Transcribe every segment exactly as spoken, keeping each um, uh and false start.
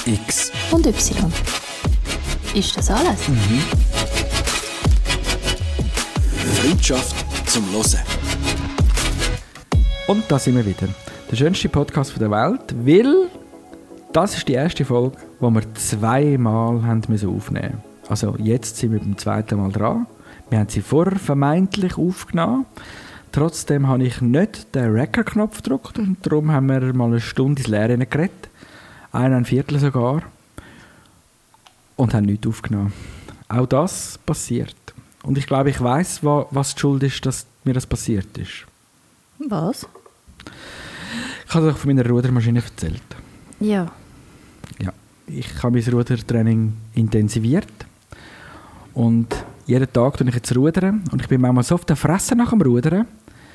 X und Y. Ist das alles? Mhm. Freundschaft zum Hören. Und da sind wir wieder. Der schönste Podcast der Welt, weil das ist die erste Folge, die wir zweimal haben müssen aufnehmen mussten. Also jetzt sind wir beim zweiten Mal dran. Wir haben sie vorher vermeintlich aufgenommen. Trotzdem habe ich nicht den Record-Knopf gedrückt und darum haben wir mal eine Stunde ins Leere geredet. Ein Viertel sogar. Und haben nichts aufgenommen. Auch das passiert. Und ich glaube, ich weiss, was die Schuld ist, dass mir das passiert ist. Was? Ich habe euch von meiner Rudermaschine erzählt. Ja. Ja. Ich habe mein Rudertraining intensiviert. Und jeden Tag tue ich jetzt rudern. Und ich bin manchmal so auf der Fresse nach dem Rudern,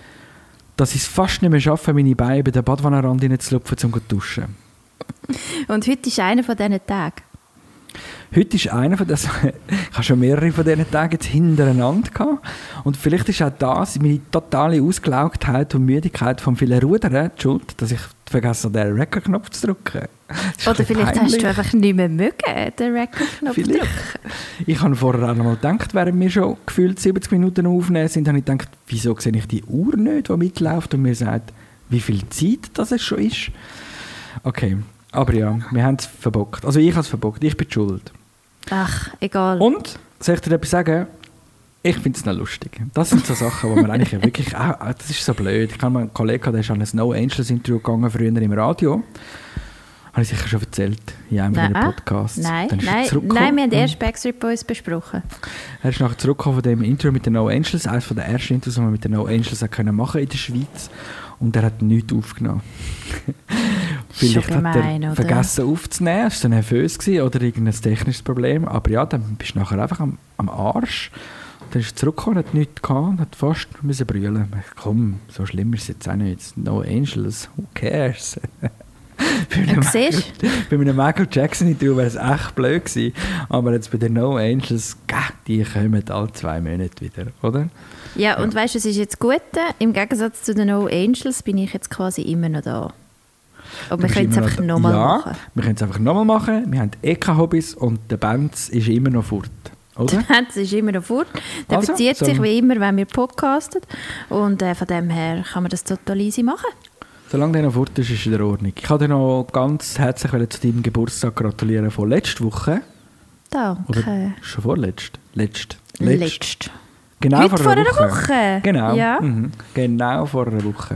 dass ich es fast nicht mehr schaffe, meine Beine bei der Badwannenrand hineinzulupfen, um zu duschen. Und heute ist einer von diesen Tagen? Heute ist einer von diesen... Ich habe schon mehrere von diesen Tagen jetzt hintereinander gehabt. Und vielleicht ist auch das, meine totale Ausgelaugtheit und Müdigkeit vom vielen Rudern die Schuld, dass ich vergesse habe, den Record-Knopf zu drücken. Oder vielleicht heimlich. Hast du einfach nicht mehr mögen, den Record-Knopf zu drücken. Ich habe vorher auch noch mal gedacht, während wir schon gefühlt siebzig Minuten aufnehmen sind, habe ich gedacht, wieso sehe ich die Uhr nicht, die mitläuft und mir sagt, wie viel Zeit das es schon ist. Okay, aber ja, wir haben es verbockt. Also ich habe es verbockt, ich bin die schuld. Ach, egal. Und, soll ich dir etwas sagen? Ich finde es noch lustig. Das sind so Sachen, wo man eigentlich wirklich... Auch, das ist so blöd. Ich habe einen Kollegen, der ist an ein No Angels Interview gegangen, früher im Radio. Habe ich sicher schon erzählt, in einem nein, meiner Podcasts. Nein, nein, nein, wir haben erst Backstreet Boys besprochen. Er ist nachher zurückgekommen von dem Interview mit den No Angels, eines der ersten Interviews, die wir mit den No Angels können machen in der Schweiz. Und er hat nichts aufgenommen. Vielleicht gemein, hat er vergessen aufzunehmen, es war so nervös gewesen, oder irgendein technisches Problem. Aber ja, dann bist du nachher einfach am, am Arsch. Dann ist er zurückgekommen, hat nichts gehabt und hat fast müssen brüllen. Komm, so schlimm ist es jetzt auch nicht. No Angels, who cares? bei, einem Michael, bei einem Michael Jackson-Interview wäre es echt blöd gewesen. Aber jetzt bei den No Angels, die kommen alle zwei Monate wieder, oder? Ja, und ja. Weißt du, es ist jetzt gut. Im Gegensatz zu den No Angels bin ich jetzt quasi immer noch da. Und wir können es einfach nochmal ja, machen. wir können es einfach nochmal machen. Wir haben eh keine Hobbys und der Benz ist immer noch fort. Oder? Der Benz ist immer noch fort. Der also, bezieht so sich wie immer, wenn wir podcasten. Und äh, von dem her kann man das total easy machen. Solange der noch fort ist, ist es in der Ordnung. Ich wollte dir noch ganz herzlich zu deinem Geburtstag gratulieren von letzter Woche. Danke. Oder schon vorletzt? Letzt. Letzt. Letzt. Genau Heute vor einer Woche. Woche. Genau. Ja. Mhm. Genau vor einer Woche.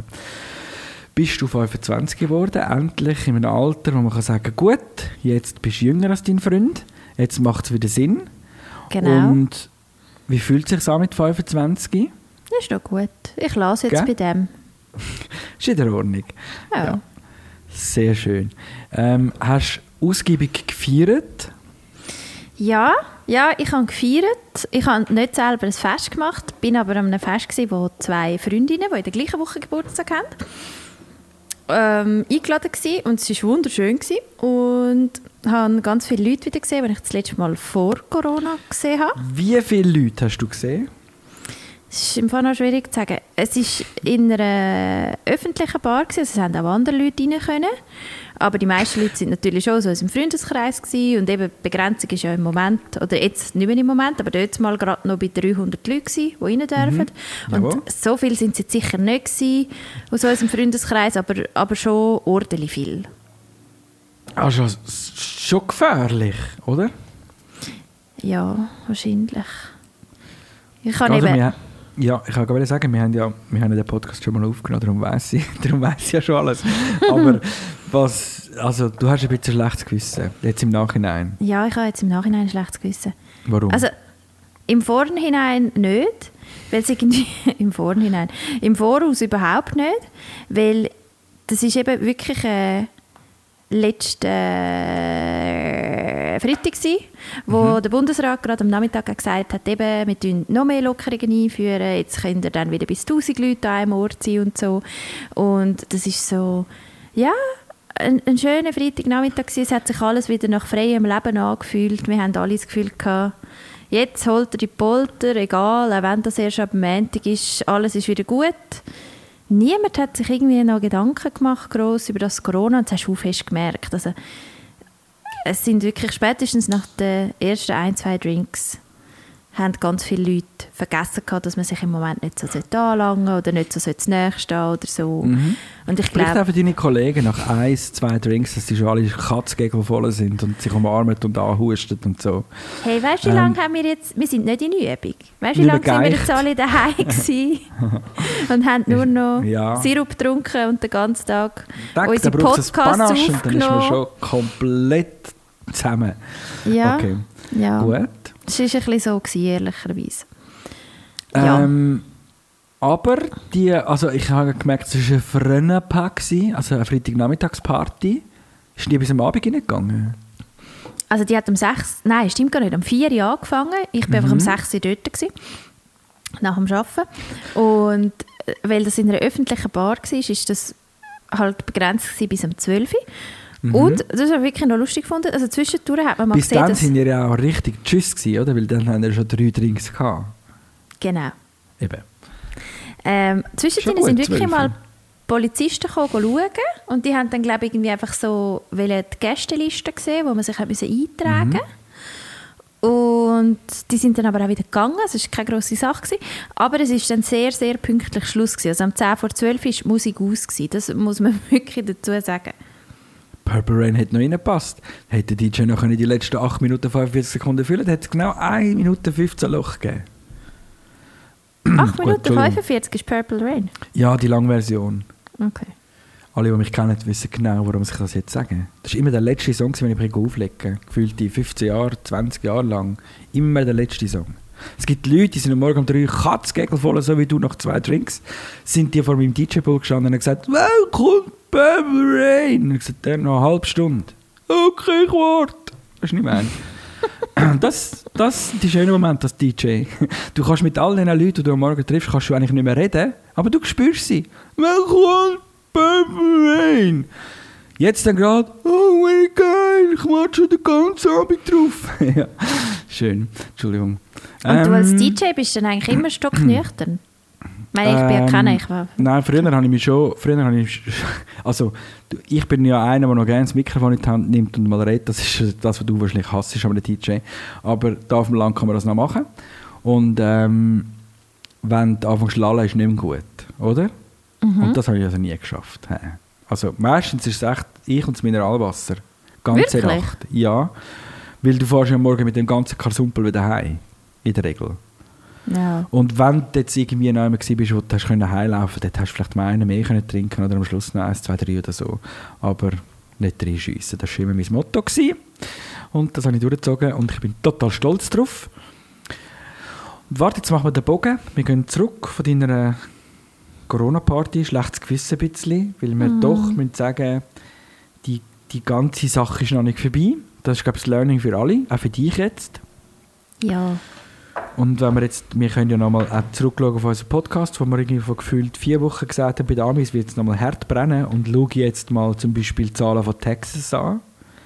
Bist du fünfundzwanzig geworden, endlich in einem Alter, wo man kann sagen, gut, jetzt bist du jünger als dein Freund, jetzt macht es wieder Sinn. Genau. Und wie fühlt es sich an mit fünfundzwanzig? Das ist doch gut. Ich lasse jetzt Gell? Bei dem. Ist in der Ordnung. Ja. ja. Sehr schön. Ähm, hast du ausgiebig gefeiert? Ja, ja, ich habe gefeiert. Ich habe nicht selber ein Fest gemacht, bin aber an einem Fest gewesen, wo zwei Freundinnen, die in der gleichen Woche Geburtstag haben, ähm, eingeladen waren. Und es war wunderschön gewesen. Und habe ganz viele Leute wieder gesehen, die ich das letzte Mal vor Corona gesehen habe. Wie viele Leute hast du gesehen? Es ist im Fall noch schwierig zu sagen. Es war in einer öffentlichen Bar, also es haben auch andere Leute rein können. Aber die meisten Leute waren natürlich schon so in unserem Freundeskreis gewesen. Und eben die Begrenzung ist ja im Moment, oder jetzt nicht mehr im Moment, aber dort mal gerade noch bei dreihundert Leuten gewesen, die rein dürfen. Mhm. Und Jawohl. So viel sind es jetzt sicher nicht gewesen aus unserem Freundeskreis, aber, aber schon ordentlich viel. Also schon gefährlich, oder? Ja, wahrscheinlich. Ich kann also eben... Wir, ja, ich kann gerade sagen, wir haben ja wir haben den Podcast schon mal aufgenommen, darum weiss ich, darum weiss ich ja schon alles. Aber was, also du hast ein bisschen schlechtes Gewissen, jetzt im Nachhinein. Ja, ich habe jetzt im Nachhinein ein schlechtes Gewissen. Warum? Also im Vorhinein nicht, weil es irgendwie... Im Vorhinein. Im Voraus überhaupt nicht, weil das ist eben wirklich... Äh, letzten äh, Freitag war, wo mhm. der Bundesrat gerade am Nachmittag gesagt hat, eben, wir führen noch mehr Lockerungen einführen, jetzt können dann wieder bis tausend Leute an einem Ort sein und so. Und das ist so, ja, ein, ein schöner Freitagnachmittag gewesen. Es hat sich alles wieder nach freiem Leben angefühlt. Wir haben alle das Gefühl gehabt, jetzt holt er die Polter, egal, auch wenn das erst ab Montag ist, alles ist wieder gut. Niemand hat sich irgendwie noch Gedanken gemacht, gross über das Corona, und das hast du auch fest gemerkt. Also, es sind wirklich spätestens nach den ersten ein, zwei Drinks haben ganz viele Leute vergessen gehabt, dass man sich im Moment nicht so anlangen sollte oder nicht so zu nahe stehen oder so. Mhm. Und ich Vielleicht glaub, auch für deine Kollegen nach ein, zwei Drinks, dass die schon alle Katzgegel voll sind und sich umarmen und anhusten und so. Hey, weißt du, wie ähm, lange haben wir jetzt... Wir sind nicht in Übung. Weißt du, wie lange sind wir jetzt alle daheim gewesen und haben nur noch ja. Sirup getrunken und den ganzen Tag Tag, unsere Podcasts aufgenommen. Und dann ist man schon komplett zusammen. Ja, okay. ja. Gut. Das war ein bisschen so, gewesen, ehrlicherweise. Ja. Ähm, aber die, also ich habe gemerkt, es war ein Frauenpack, also eine Freitagnachmittagsparty. Ist die bis am Abend hineingegangen? Also die hat um sechs, nein, stimmt gar nicht, um vier Uhr angefangen. Ich war mhm. einfach um sechs Uhr dort, gewesen, nach dem Arbeiten. Und weil das in einer öffentlichen Bar war, ist das halt begrenzt bis um zwölf Uhr. Mhm. Und das habe ich wirklich noch lustig gefunden. Also zwischendurch hat man mal Bis gesehen, dann dass... sind wir ja auch richtig Tschüss gewesen, oder? Weil dann haben wir schon drei Drinks gehabt. Genau. Eben. Ähm, zwischendurch sind wirklich mal Polizisten gekommen, schauen. Und die haben dann, glaube ich, irgendwie einfach so die Gästeliste gesehen, wo man sich eintragen musste. Mhm. Und die sind dann aber auch wieder gegangen. Es war keine grosse Sache gewesen. Aber es war dann sehr, sehr pünktlich Schluss gewesen. Also um zehn vor zwölf war die Musik aus gewesen. Das muss man wirklich dazu sagen. Purple Rain hat noch reingepasst. Hätte der D J noch die letzten acht Minuten fünfundvierzig Sekunden füllen, dann hätte es genau eine Minute fünfzehn Loch gegeben. acht Minuten fünfundvierzig ist Purple Rain? Ja, die lange Version. Okay. Alle, die mich kennen, wissen genau, warum ich das jetzt sage. Das war immer der letzte Song, den ich auflege. Gefühlt die fünfzehn Jahre, zwanzig Jahre lang. Immer der letzte Song. Es gibt Leute, die sind am Morgen um drei Katzgegel voll, so wie du nach zwei Drinks, sind die vor meinem D J-Pool gestanden und haben gesagt, «Welcome, Purple Rain!» Und ich gesagt, «Der noch eine halbe Stunde.» «Okay, ich warte.» Das ist nicht mein. Das, das sind die schönen Momente als D J. Du kannst mit all den Leuten, die du am Morgen triffst, kannst du eigentlich nicht mehr reden, aber du spürst sie. «Welcome, Purple Rain!» Jetzt dann gerade, «Oh mein Gott, ich warte schon den ganzen Abend drauf.» Ja, schön, Entschuldigung. Und ähm, du als D J bist dann eigentlich immer stocknüchtern? Ich meine, ich bin ja keiner. Ich war nein, früher habe ich mich schon... Früher habe ich, also, ich bin ja einer, der noch gerne das Mikrofon in die Hand nimmt und mal redet. Das ist das, was du wahrscheinlich hasst, aber der D J. Aber da auf dem Land kann man das noch machen. Und ähm, wenn du anfängst zu lallen, ist es nicht mehr gut, oder? Mhm. Und das habe ich also nie geschafft. Also meistens ist es echt ich und das Mineralwasser. Ganz Nacht. Ja. Weil du fährst ja morgen mit dem ganzen Karsumpel wieder heim. In der Regel. Ja. Und wenn du jetzt irgendwie noch einmal warst, wo du heimlaufen konntest, dann hast du vielleicht mal einen mehr können trinken oder am Schluss noch eins, zwei, drei oder so. Aber nicht reinschiessen. Das war immer mein Motto gewesen. Und das habe ich durchgezogen und ich bin total stolz drauf. Und warte, jetzt machen wir den Bogen. Wir gehen zurück von deiner Corona-Party. Schlechtes Gewissen ein bisschen, weil wir mm. doch müssen sagen, die, die ganze Sache ist noch nicht vorbei. Das ist, glaube ich, das Learning für alle, auch für dich jetzt. Ja. Und wenn wir jetzt, wir können ja nochmal zurückschauen auf unseren Podcast, wo wir irgendwie vor gefühlt vier Wochen gesagt haben, bei den Amis wird es nochmal hart brennen und schaue jetzt mal zum Beispiel die Zahlen von Texas an.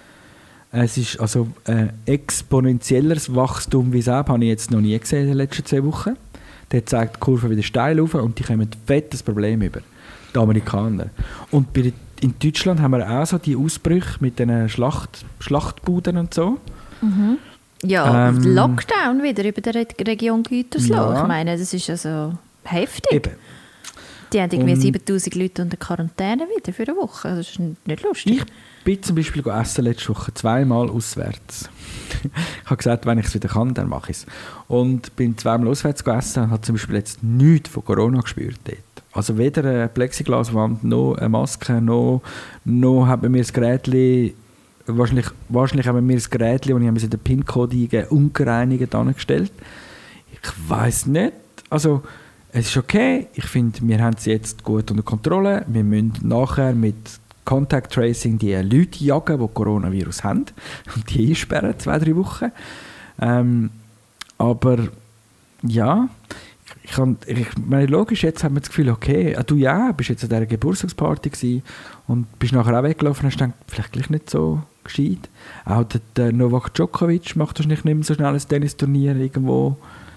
Es ist also ein exponentielleres Wachstum wie selbst, habe ich jetzt noch nie gesehen in den letzten zwei Wochen. Der zeigt die Kurve wieder steil auf und die kommen ein fettes Problem über, die Amerikaner. Und bei, in Deutschland haben wir auch so die Ausbrüche mit den Schlacht, Schlachtbuden und so. Mhm. Ja, ähm, Lockdown wieder über die Re- Region Gütersloh. Ja. Ich meine, das ist also heftig. Eben. Die haben irgendwie siebentausend Leute unter Quarantäne wieder für eine Woche. Das ist nicht lustig. Ich bin zum Beispiel essen letzte Woche zweimal auswärts. Ich habe gesagt, wenn ich es wieder kann, dann mache ich es. Und bin zweimal auswärts gegessen und habe zum Beispiel jetzt nichts von Corona gespürt dort. Also weder eine Plexiglaswand, noch eine Maske, noch, noch haben wir das Gerät, wahrscheinlich, wahrscheinlich haben wir das Gerät, das ich den PIN-Code eingegeben, ungereinigt angestellt. Ich weiss nicht. Also, es ist okay. Ich finde, wir haben es jetzt gut unter Kontrolle. Wir müssen nachher mit Contact Tracing die Leute jagen, die Coronavirus haben und die einsperren, zwei, drei Wochen. Ähm, aber ja, ich, kann, ich meine, logisch, jetzt haben wir das Gefühl, okay, du ja, bist jetzt an dieser Geburtstagsparty gewesen und bist nachher auch weggelaufen und hast gedacht, vielleicht gleich nicht so gescheit. Auch der, der Novak Djokovic macht wahrscheinlich nicht mehr so schnell ein Tennisturnier irgendwo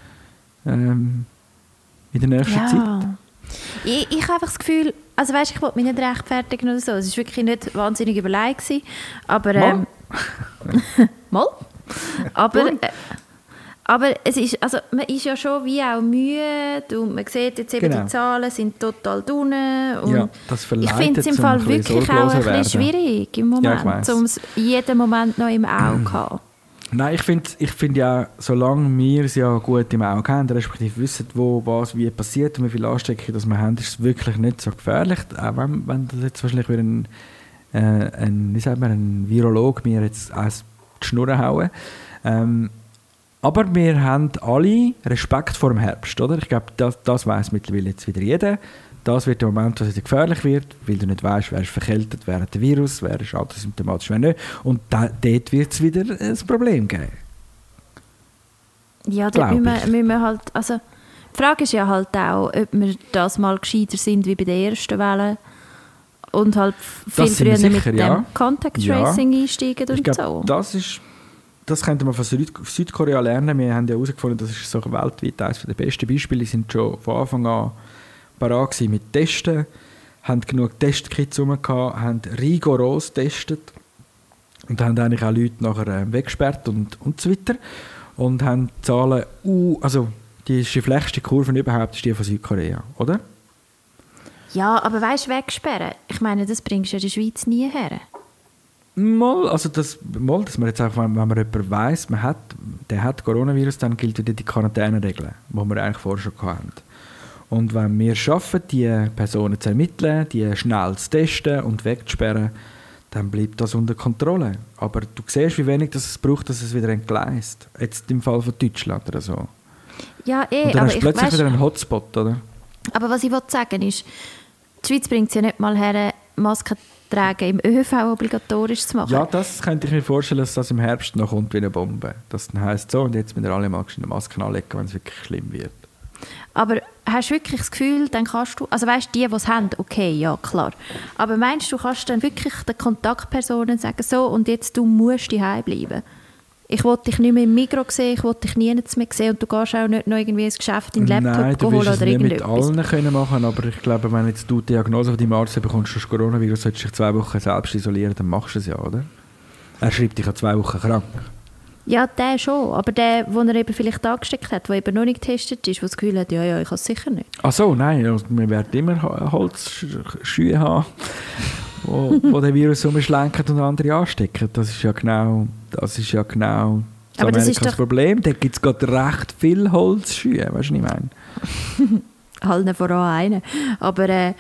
ähm, in der nächsten ja. Zeit. Ich, ich habe einfach das Gefühl, also weißt, ich wollte mich nicht rechtfertigen oder so, es war wirklich nicht wahnsinnig überlegt gewesen, aber ähm, Mal. Aber, äh, aber es ist, also man ist ja schon wie auch müde und man sieht jetzt eben, genau. Die Zahlen sind total unten. Ja, das verleitet, ich finde es im Fall wirklich auch ein bisschen schwierig im Moment, ja, um es jeden Moment noch im Auge zu haben. Nein, ich finde ich find ja, solange wir es ja gut im Auge haben, respektive wissen, wo, was, wie passiert und wie viel Ansteckungen das wir haben, ist es wirklich nicht so gefährlich. Auch wenn, wenn das jetzt wahrscheinlich wieder ein, äh, ein, wie sagt man, ein Virolog mir jetzt eins die Schnur hauen. Ähm, aber wir haben alle Respekt vor dem Herbst, oder? Ich glaube, das, das weiss mittlerweile jetzt wieder jeder. Das wird der Moment, wo es wieder gefährlich wird, weil du nicht weißt, wer ist verkältet, wer hat den Virus, wer ist asymptomatisch, wer nicht. Und da, dort wird es wieder ein Problem geben. Ja, da müssen wir, müssen wir halt, also die Frage ist ja halt auch, ob wir das mal gescheiter sind wie bei der ersten Welle und halt viel früher sicher, mit dem ja. Contact Tracing ja. einsteigen und ich glaub, so. Das ist, das könnte man von Süd- Südkorea lernen. Wir haben ja herausgefunden, das ist so weltweit eines der besten Beispiele. Die sind schon von Anfang an parat gewesen mit Testen, haben genug Testkits rum gehabt, haben rigoros getestet und haben eigentlich auch Leute nachher äh, weggesperrt und, und so weiter. Und haben die Zahlen, uh, also die schlechteste Kurve überhaupt ist die von Südkorea, oder? Ja, aber weißt du, wegsperren, ich meine, das bringst du in der Schweiz nie her. Mal, also das, mal, dass man jetzt auch, wenn, wenn man jemanden weiss, man hat, der hat Coronavirus, dann gilt wieder die Quarantäneregeln, die wir eigentlich vorher schon hatten. Und wenn wir es schaffen, die Personen zu ermitteln, die schnell zu testen und wegzusperren, dann bleibt das unter Kontrolle. Aber du siehst, wie wenig das es braucht, dass es wieder entgleist. Jetzt im Fall von Deutschland oder so. Ja, eh, und dann aber hast du plötzlich weißt, wieder einen Hotspot, oder? Aber was ich sagen ist, die Schweiz bringt es ja nicht mal her, Masken tragen im ÖV obligatorisch zu machen. Ja, das könnte ich mir vorstellen, dass das im Herbst noch kommt wie eine Bombe. Das dann heisst so, und jetzt müssen wir alle mal eine Maske anlegen, wenn es wirklich schlimm wird. Aber hast du wirklich das Gefühl, dann kannst du, also weißt du, die, die es haben, okay, ja, klar. Aber meinst du, kannst dann wirklich den Kontaktpersonen sagen, so, und jetzt du musst daheim bleiben? Ich will dich nicht mehr im Migros sehen, ich will dich nie mehr sehen und du gehst auch nicht noch irgendwie ins Geschäft in den Laptop Nein, du holen wirst oder es irgendetwas. nicht mit allen können machen, aber ich glaube, wenn jetzt du die Diagnose von deinem Arzt bekommst, du hast Coronavirus, solltest du dich zwei Wochen selbst isolieren, dann machst du es ja, oder? Er schreibt dich an zwei Wochen krank. Ja, der schon, aber der, den er eben vielleicht angesteckt hat, der eben noch nicht getestet ist, der das Gefühl hat, ja, ja, ich kann es sicher nicht. Ach so, nein, wir werden immer Holzschuhe haben, wo, wo der Virus umschlenken und andere anstecken. Das ist ja genau das, ist ja genau das aber das ist doch Problem. Da gibt es gerade recht viele Holzschuhe, weißt du, was ich meine? Allen voran einen. Aber, äh,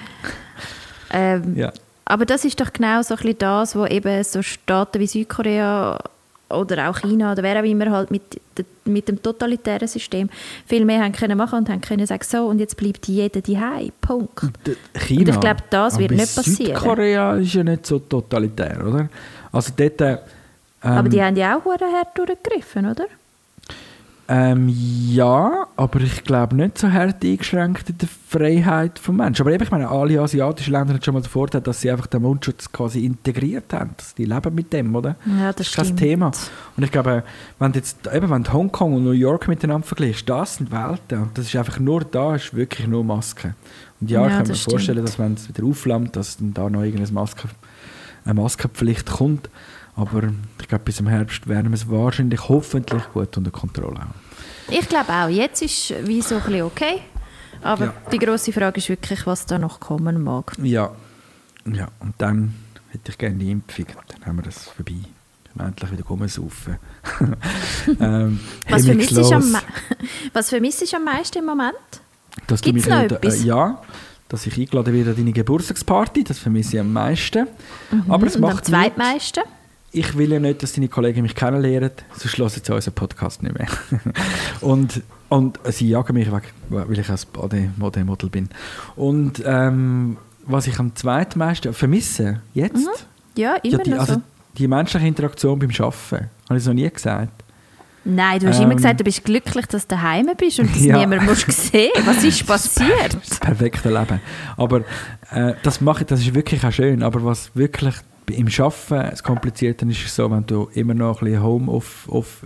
ähm, ja. aber das ist doch genau so ein bisschen das, wo eben so Staaten wie Südkorea oder auch China oder wer auch immer halt mit, mit dem totalitären System viel mehr haben können machen und haben können sagen, so, und jetzt bleibt jeder daheim. Punkt. China, und ich glaube, das wird nicht passieren. Südkorea ist ja nicht so totalitär, oder? Also dort, ähm, aber die haben ja auch hart durchgegriffen, oder? Ähm, ja, aber ich glaube nicht so hart eingeschränkt in der Freiheit des Menschen. Aber eben, ich meine, alle asiatischen Länder haben schon mal den Vorteil, dass sie einfach den Mundschutz quasi integriert haben. Die leben mit dem, oder? Ja, das, das ist kein Thema. Und ich glaube, wenn du jetzt eben, wenn du Hongkong und New York miteinander vergleichst, das sind Welten. Und das ist einfach nur da, ist wirklich nur Maske. Und ja, ja ich kann mir stimmt. vorstellen, dass wenn es wieder aufflammt, dass dann da noch irgendeine Maske, eine Maskenpflicht kommt. Aber ich glaube, bis im Herbst werden wir es wahrscheinlich hoffentlich gut unter Kontrolle haben. Ich glaube auch. Jetzt ist wie so ein bisschen okay. Aber ja. Die grosse Frage ist wirklich, was da noch kommen mag. Ja, ja. Und dann hätte ich gerne die Impfung. Dann haben wir das vorbei. Ich endlich wieder rumsaufen. ähm, was vermisst du am, was vermisst du am meisten im Moment? Gibt es noch etwas? Äh, ja, dass ich eingeladen werde an deine Geburtstagsparty. Das vermisse ich am meisten. Mhm. Aber es und macht am zweitmeisten? Ich will ja nicht, dass deine Kollegen mich kennenlernen, sonst hören sie unseren Podcast nicht mehr. und, und sie jagen mich weg, weil ich als Model bin. Und ähm, was ich am zweitmeisten vermisse, jetzt? Mhm. Ja, immer ja, die, noch also so. Die menschliche Interaktion beim Arbeiten, habe ich es noch nie gesagt. Nein, du hast ähm, immer gesagt, du bist glücklich, dass du daheim bist und dass ja. niemand musst sehen. Was ist passiert? Das perfekte Leben. Aber äh, das, mache, das ist wirklich auch schön, aber was wirklich im Arbeiten das Komplizierte ist es so, wenn du immer noch ein bisschen Home-off, off,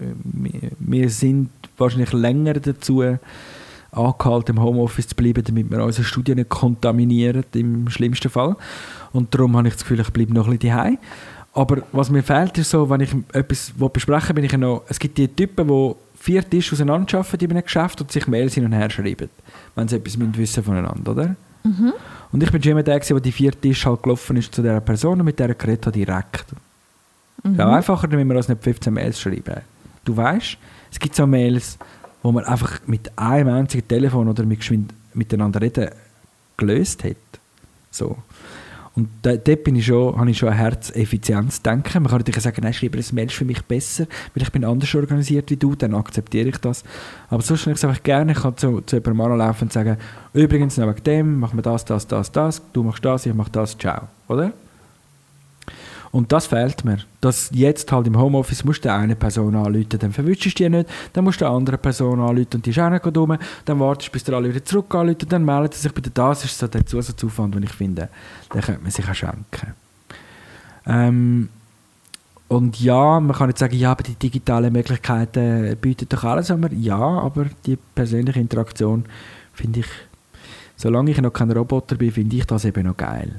wir sind wahrscheinlich länger dazu angehalten, im Homeoffice zu bleiben, damit wir unsere Studien nicht kontaminieren, im schlimmsten Fall. Und darum habe ich das Gefühl, ich bleibe noch ein bisschen daheim. aber was mir fehlt, ist so, wenn ich etwas bespreche, bin ich ja noch, es gibt die Typen, die vier Tische auseinanderarbeiten in einem Geschäft und sich Mails hin und her schreiben, wenn sie etwas wissen voneinander, oder? Mhm. Und ich bin schon immer der, der die vier Tische halt gelaufen ist zu dieser Person und mit der geredet hat direkt. Mhm. Ja, einfacher, damit wir uns nicht fünfzehn Mails schreiben. Du weißt, es gibt so Mails, wo man einfach mit einem einzigen Telefon oder mit geschwind miteinander reden gelöst hat. So. Und da, dort bin ich schon, habe ich schon ein Herzeffizienzdenken. Man kann natürlich sagen, nein, schreibe ein Mail für mich besser, weil ich bin anders organisiert wie du, dann akzeptiere ich das. Aber sonst würde ich es einfach gerne, ich kann zu, zu jemandem anlaufen und sagen, übrigens, wegen dem machen wir das, das, das, das, du machst das, ich mache das, ciao. Oder? Und das fehlt mir. Dass jetzt halt im Homeoffice musst du eine Person anrufen, dann verwünschst du die nicht, dann musst du eine andere Person anrufen und die ist auch nicht rum, dann wartest du, bis die alle wieder zurück anrufen, dann melden sie sich wieder. Das ist so der Zusatzaufwand, den ich finde, den könnte man sich auch schenken. Ähm, und ja, man kann nicht sagen, ja, aber die digitalen Möglichkeiten bieten doch alles an mir. Ja, aber die persönliche Interaktion finde ich, solange ich noch kein Roboter bin, finde ich das eben noch geil.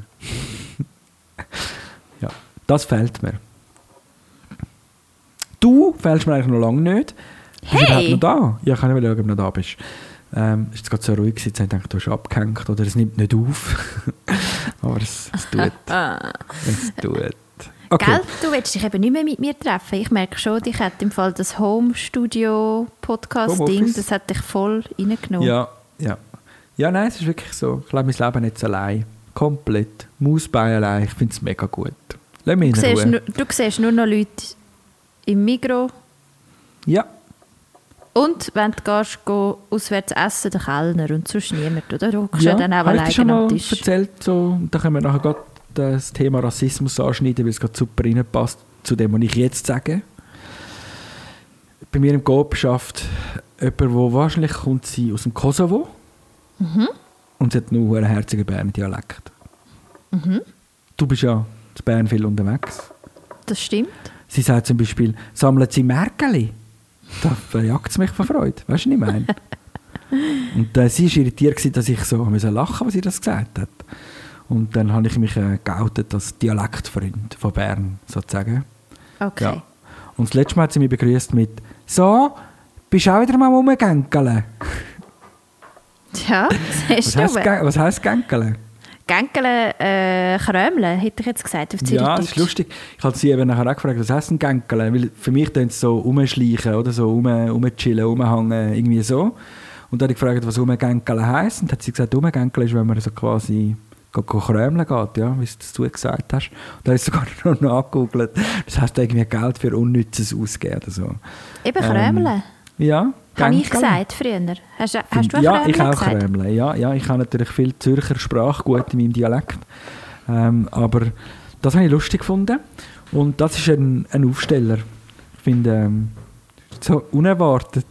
Ja. Das fehlt mir. Du fällst mir eigentlich noch lange nicht. Bist hey. du überhaupt noch da? Ja, ich kann nicht schauen, ob du noch da bist. Ähm, es ist jetzt gerade so ruhig, jetzt denke ich, du hast abgehängt oder es nimmt nicht auf. Aber es, es tut. Es tut. Okay. Gell, du willst dich eben nicht mehr mit mir treffen. Ich merke schon, ich hätte im Fall das Home-Studio-Podcast-Ding, Home das hat dich voll reingenommen. Ja, ja. Ja, nein, es ist wirklich so. Ich lebe mein Leben jetzt allein. Komplett. Mausbein allein. Ich finde es mega gut. Lass mich in Ruhe. Nur, du siehst nur noch Leute im Migros. Ja. Und wenn du gehst, geh auswärts essen, der Kellner und sonst niemand, oder? Du hockst ja, ja dann auch alleine schon am mal Tisch. Erzählt, so, da können wir nachher gerade das Thema Rassismus anschneiden, weil es gerade super reinpasst zu dem, was ich jetzt sage. Bei mir im Coop schafft jemand, der wahrscheinlich kommt sie aus dem Kosovo. Mhm. Und sie hat nur einen herzigen Berner Dialekt. Mhm. Du bist ja in Bern viel unterwegs. Das stimmt. Sie sagt zum Beispiel, sammeln Sie Märkeli? Da verjagt es mich von Freude. Weißt du, was ich meine? Und äh, sie war irritiert, dass ich so lachen musste, als sie das gesagt hat. Und dann habe ich mich äh, geoutet als Dialektfreund von Bern, sozusagen. Okay. Ja. Und das letzte Mal hat sie mich begrüßt mit «So, bist du auch wieder mal rumgänkeln?» Ja, das was, heisst, was heisst Gänkeln? Gänkeln, äh, Krömeln, hätte ich jetzt gesagt auf Ja, das ist lustig. Ich habe sie eben nachher auch gefragt, was heisst ein Gänkeln? Weil für mich dann so rumschleichen oder so rum, rumchillen, rumhängen, irgendwie so. Und dann habe ich gefragt, was rumgänkeln heisst. Und dann hat sie gesagt, rumgänkeln ist, wenn man so quasi krömeln geht, ja, wie du es gesagt hast. Und dann habe ich sogar noch nachgegoogelt. Das heisst irgendwie Geld für Unnützes ausgeben oder so. Eben Krömeln? Ähm, ja. Habe ich gesagt früher? Hast, hast du auch Ja, Krömeln ich auch gesagt? Krömeln. Ja, ja, ich habe natürlich viel Zürcher Sprache gut in meinem Dialekt. Ähm, aber das habe ich lustig gefunden. Und das ist ein, ein Aufsteller. Ich finde, ähm, so unerwartet.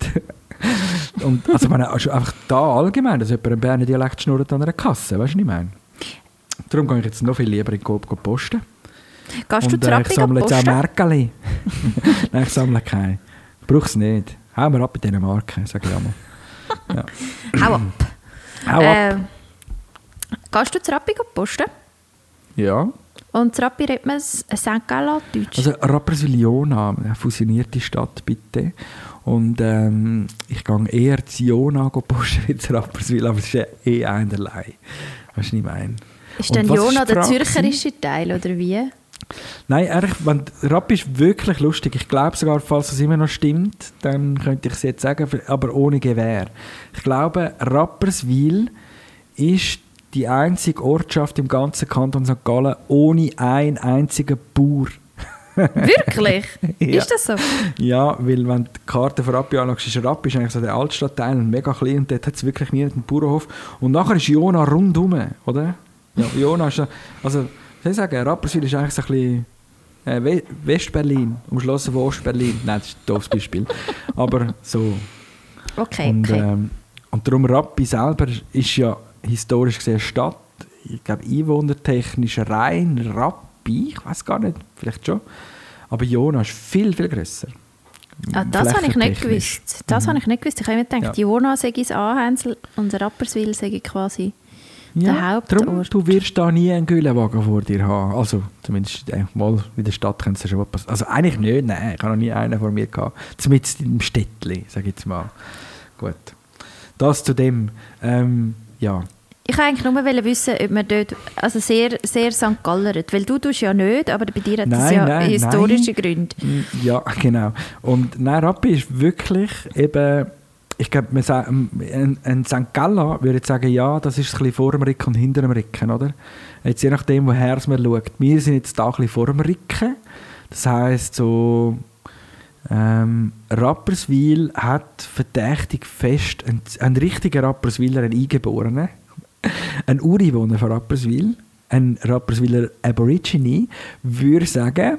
Und also, meine, also einfach da allgemein, dass jemand einen Berner Dialekt schnurrt an einer Kasse. Weißt du, was ich meine? Darum gehe ich jetzt noch viel lieber in den Coop posten. Gehst und, du zu äh, ich sammle jetzt auch Märkeli. Nein, ich sammle keine. Ich brauche es nicht. Hau mir ab bei diesen Marken, sage ich einmal. Ja. Hau ab. Hau ab. Äh, gehst du zu Rappi posten? Ja. Und zu Rappi redet man Sankt Gallen Deutsch? Also Rapperswil-Jona, eine fusionierte Stadt, bitte. Und ähm, ich gehe eher zu Jona posten als zu Rapperswil, aber es ist ja eh einerlei. Weißt du, was ich meine? Ist dann Jona der zürcherische Teil, oder wie? Nein, ehrlich, wenn, Rappi ist wirklich lustig. Ich glaube sogar, falls es immer noch stimmt, dann könnte ich es jetzt sagen, aber ohne Gewehr. Ich glaube, Rapperswil ist die einzige Ortschaft im ganzen Kanton Sankt Gallen ohne einen einzigen Bauer. Wirklich? Ja. Ist das so? Ja, weil wenn die Karte von Rappi anschaust, ist Rappi ist eigentlich so der Altstadtteil und mega klein und dort hat es wirklich niemanden Bauernhof. Und nachher ist Jona rundum, oder? Ja, Jona ist, also, ich soll sagen, Rapperswil ist eigentlich so ein bisschen äh, West-Berlin, umschlossen von Ost-Berlin. Nein, das ist ein doofes Beispiel. Aber so. Okay, und, okay. Ähm, und darum Rappi selber ist ja historisch gesehen Stadt. Ich glaube, einwohnertechnisch rein Rappi, ich weiß gar nicht, vielleicht schon. Aber Jona ist viel, viel grösser. Ah, das habe ich nicht gewusst. Das mhm. habe ich nicht gewusst. Ich habe mir gedacht, ja. Jona sei das Anhängsel und Rapperswil sei quasi Ja, der Hauptort. Drum, du wirst da nie einen Güllwagen vor dir haben. Also zumindest äh, mal in der Stadt könnte es schon was passieren. Also eigentlich nicht, nein, ich habe noch nie einen vor mir gehabt. Zumindest im Städtli, sage ich jetzt mal. Gut. Das zu dem, ähm, ja. Ich wollte eigentlich nur wissen, ob man dort, also sehr, sehr Sankt Gallert, weil du tust ja nicht, aber bei dir hat es ja nein, historische nein. Gründe. Ja, genau. Und nein, Rappi ist wirklich eben, ich glaube, ein, ein Sankt Galler würde ich sagen, ja, das ist ein bisschen vor dem Ricken und hinter dem Ricken, oder? Jetzt je nachdem, woher es man schaut. Wir sind jetzt da ein bisschen vor dem Ricken. Das heisst so, ähm, Rapperswil hat verdächtig fest, ein, ein richtiger Rapperswiler, ein Eingeborenen, ein Ureinwohner von Rapperswil, ein Rapperswiler Aborigine, würde sagen,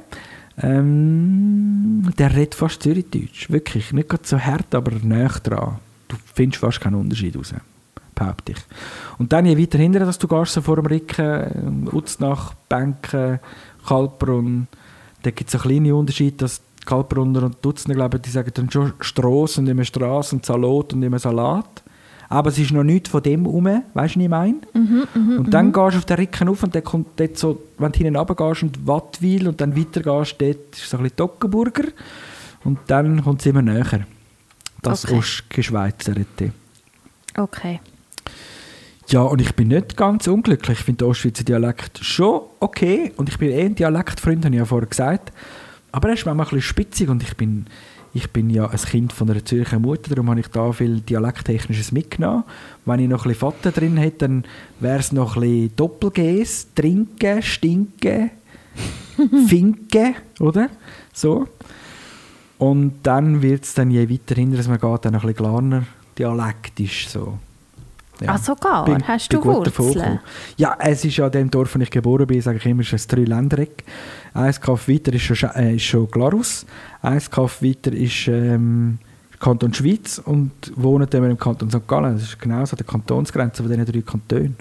ähm, der redet fast Zürichdeutsch. Wirklich, nicht gerade so hart, aber näher dran. Du findest fast keinen Unterschied raus, behaupte ich. Und dann je weiter hinten, dass du gehst, so vor dem Ricken, Uznach, Bänken, Kalbrunn, da gibt es einen kleinen Unterschied, dass Kalbrunner und Dutzende, glaube ich, die sagen dann schon Strasse und immer Strasse und Salat und immer Salat. Aber es ist noch nichts von dem herum, weißt du, was ich meine? Mhm, mh, und dann mh. gehst du auf den Ricken auf und dann kommt dort so, wenn du hinten runtergehst und Wattwil und dann weiter gehst, dort ist so ein bisschen Toggenburger und dann kommt es immer näher. Das okay. Ostgeschweizerte. Okay. Ja, und ich bin nicht ganz unglücklich. Ich finde den Ostschweizer Dialekt schon okay und ich bin eh ein Dialektfreund, habe ich ja vorher gesagt. Aber er ist manchmal ein bisschen spitzig und ich bin... Ich bin ja ein Kind von einer Zürcher Mutter, darum habe ich da viel Dialekttechnisches mitgenommen. Wenn ich noch ein bisschen Vater drin hätte, dann wäre es noch ein bisschen Doppelgs, Trinken, Stinken, Finken, oder? So. Und dann wird es dann je weiter hinter, dass man geht, dann ein bisschen Glarner dialektisch so. Ja. Ach sogar? Bin, Hast du Wurzeln? Ja, es ist ja in dem Dorf, wo ich geboren bin, sage ich immer, es ist ein Dreiländereck. Eins Kaff weiter ist schon, äh, ist schon Glarus, eins Kaff weiter ist ähm, Kanton Schweiz und wohnen dann im Kanton Sankt Gallen. Das ist genau so die Kantonsgrenze von diesen drei Kantonen.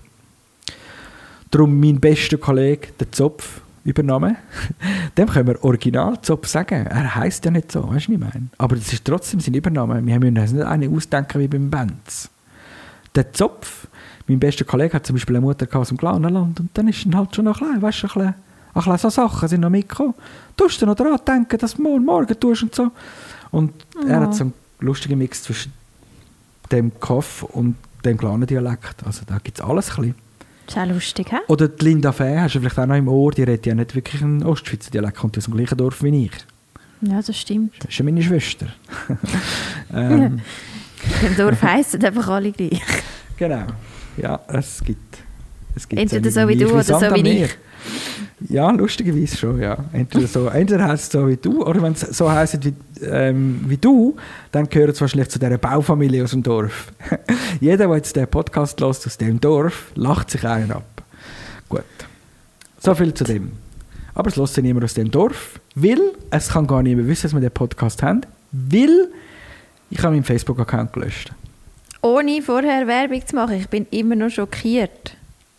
Darum mein bester Kollege, der Zopf, übernommen. Dem können wir original Zopf sagen. Er heisst ja nicht so, weißt du, was ich meine? Aber das ist trotzdem sein Übernahme. Wir müssen uns nicht einen ausdenken wie beim Benz. Der Zopf, mein bester Kollege, hat zum Beispiel eine Mutter aus dem Glarnerland und dann ist dann halt schon noch klein, weißt du, ein bisschen, ein bisschen so Sachen sind noch mitgekommen. Du musst dir noch daran denken, dass du morgen, morgen tust und so. Und oh. er hat so einen lustigen Mix zwischen dem Kaff und dem Glarner-Dialekt. Also da gibt es alles ein bisschen. Das ist auch lustig, hä? Oder die Linda Fäh, hast du vielleicht auch noch im Ohr, die redet ja nicht wirklich einen Ostschweizer Dialekt, kommt aus dem gleichen Dorf wie ich. Ja, das stimmt. Das ist ja meine Schwester. ähm, Im Dorf heissen einfach alle gleich. Genau. Ja, es gibt es gibt entweder so wie du oder so wie ich. Ja, lustigerweise schon, ja. Entweder, so, entweder heisst es so wie du, oder wenn es so heisst wie, ähm, wie du, dann gehört es wahrscheinlich zu dieser Baufamilie aus dem Dorf. Jeder, der jetzt den Podcast hört aus dem Dorf, lacht sich einen ab. Gut. So viel zu dem. Aber es lässt sich niemand aus dem Dorf, weil es kann gar niemand wissen, dass wir den Podcast haben, weil ich habe meinen Facebook-Account gelöscht. Ohne vorher Werbung zu machen, ich bin immer noch schockiert.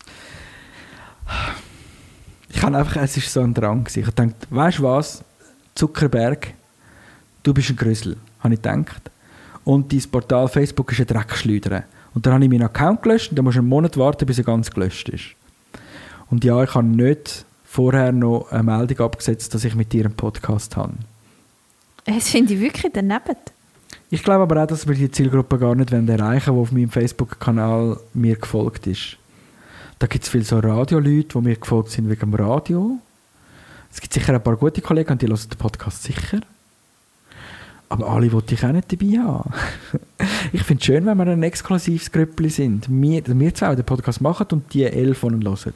Ich habe einfach, es war so ein Drang. Ich dachte, weißt du was, Zuckerberg, du bist ein Grüssel, habe ich gedacht. Und dein Portal Facebook ist ein Dreckschleuder. Und dann habe ich meinen Account gelöscht und dann musst du einen Monat warten, bis er ganz gelöscht ist. Und ja, ich habe nicht vorher noch eine Meldung abgesetzt, dass ich mit dir einen Podcast habe. Das finde ich wirklich daneben. Ich glaube aber auch, dass wir die Zielgruppe gar nicht erreichen wollen, die auf meinem Facebook-Kanal mir gefolgt ist. Da gibt es viele so Radioleute, die mir gefolgt sind wegen dem Radio. Es gibt sicher ein paar gute Kollegen, die hören den Podcast sicher. Aber alle wollte ich auch nicht dabei haben. Ich finde es schön, wenn wir ein exklusives Grüppli sind. Wir, wir zwei den Podcast machen und die elf von ihnen hören.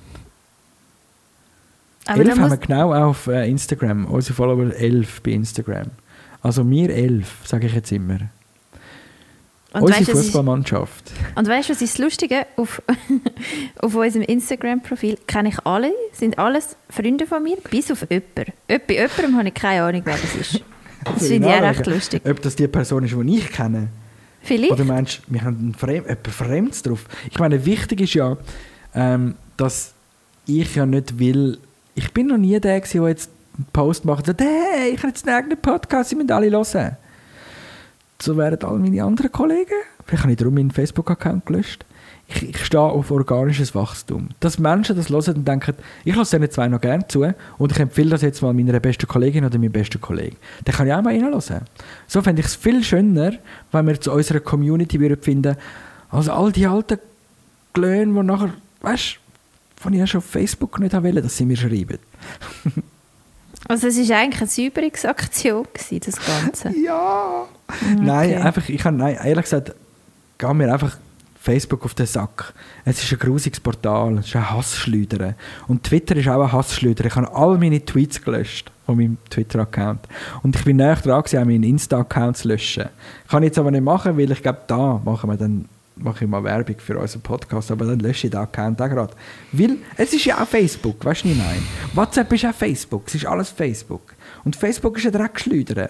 Aber elf haben wir genau auf äh, Instagram. Unsere Follower elf bei Instagram. Also wir elf, sage ich jetzt immer. Und unsere Fußballmannschaft. Und weißt du, was ist das Lustige? Auf, auf unserem Instagram-Profil kenne ich alle, sind alles Freunde von mir, bis auf jemanden. Bei jemandem habe ich keine Ahnung, wer das ist. Das finde ich auch recht lustig. Ob das die Person ist, die ich kenne? Vielleicht. Oder meinst du, wir haben Fremd, jemand Fremdes drauf? Ich meine, wichtig ist ja, ähm, dass ich ja nicht will, ich bin noch nie der, der jetzt einen Post macht und sagt, hey, ich habe jetzt einen eigenen Podcast, ich müssen alle hören. So wären alle meine anderen Kollegen. Vielleicht habe ich darum meinen Facebook-Account gelöscht. ich, ich stehe auf organisches Wachstum. Dass Menschen das hören und denken, ich lasse denen zwei noch gerne zu und ich empfehle das jetzt mal meiner besten Kollegin oder meinem besten Kollegen. Dann kann ich auch mal reinhören. So fände ich es viel schöner, wenn wir zu unserer Community würden finden, also all die alten Glöhne, die nachher, weißt du, von ich schon auf Facebook nicht wollte, dass sie mir schreiben. Also es war eigentlich eine Säuberungsaktion, das Ganze? Ja! Okay. Nein, einfach, ich habe, nein, ehrlich gesagt, geh mir einfach Facebook auf den Sack. Es ist ein grusiges Portal, es ist ein Hassschleuder. Und Twitter ist auch ein Hassschleuder. Ich habe all meine Tweets gelöscht von meinem Twitter-Account. Und ich bin näher dran gewesen, auch meinen Insta-Account zu löschen. Kann ich jetzt aber nicht machen, weil ich glaube, da machen wir dann mache ich mal Werbung für unseren Podcast, aber dann lösche ich den Account auch gerade. Weil es ist ja auch Facebook, weißt du, was ich meine? WhatsApp ist auch Facebook, es ist alles Facebook. Und Facebook ist ein Dreckschleuder.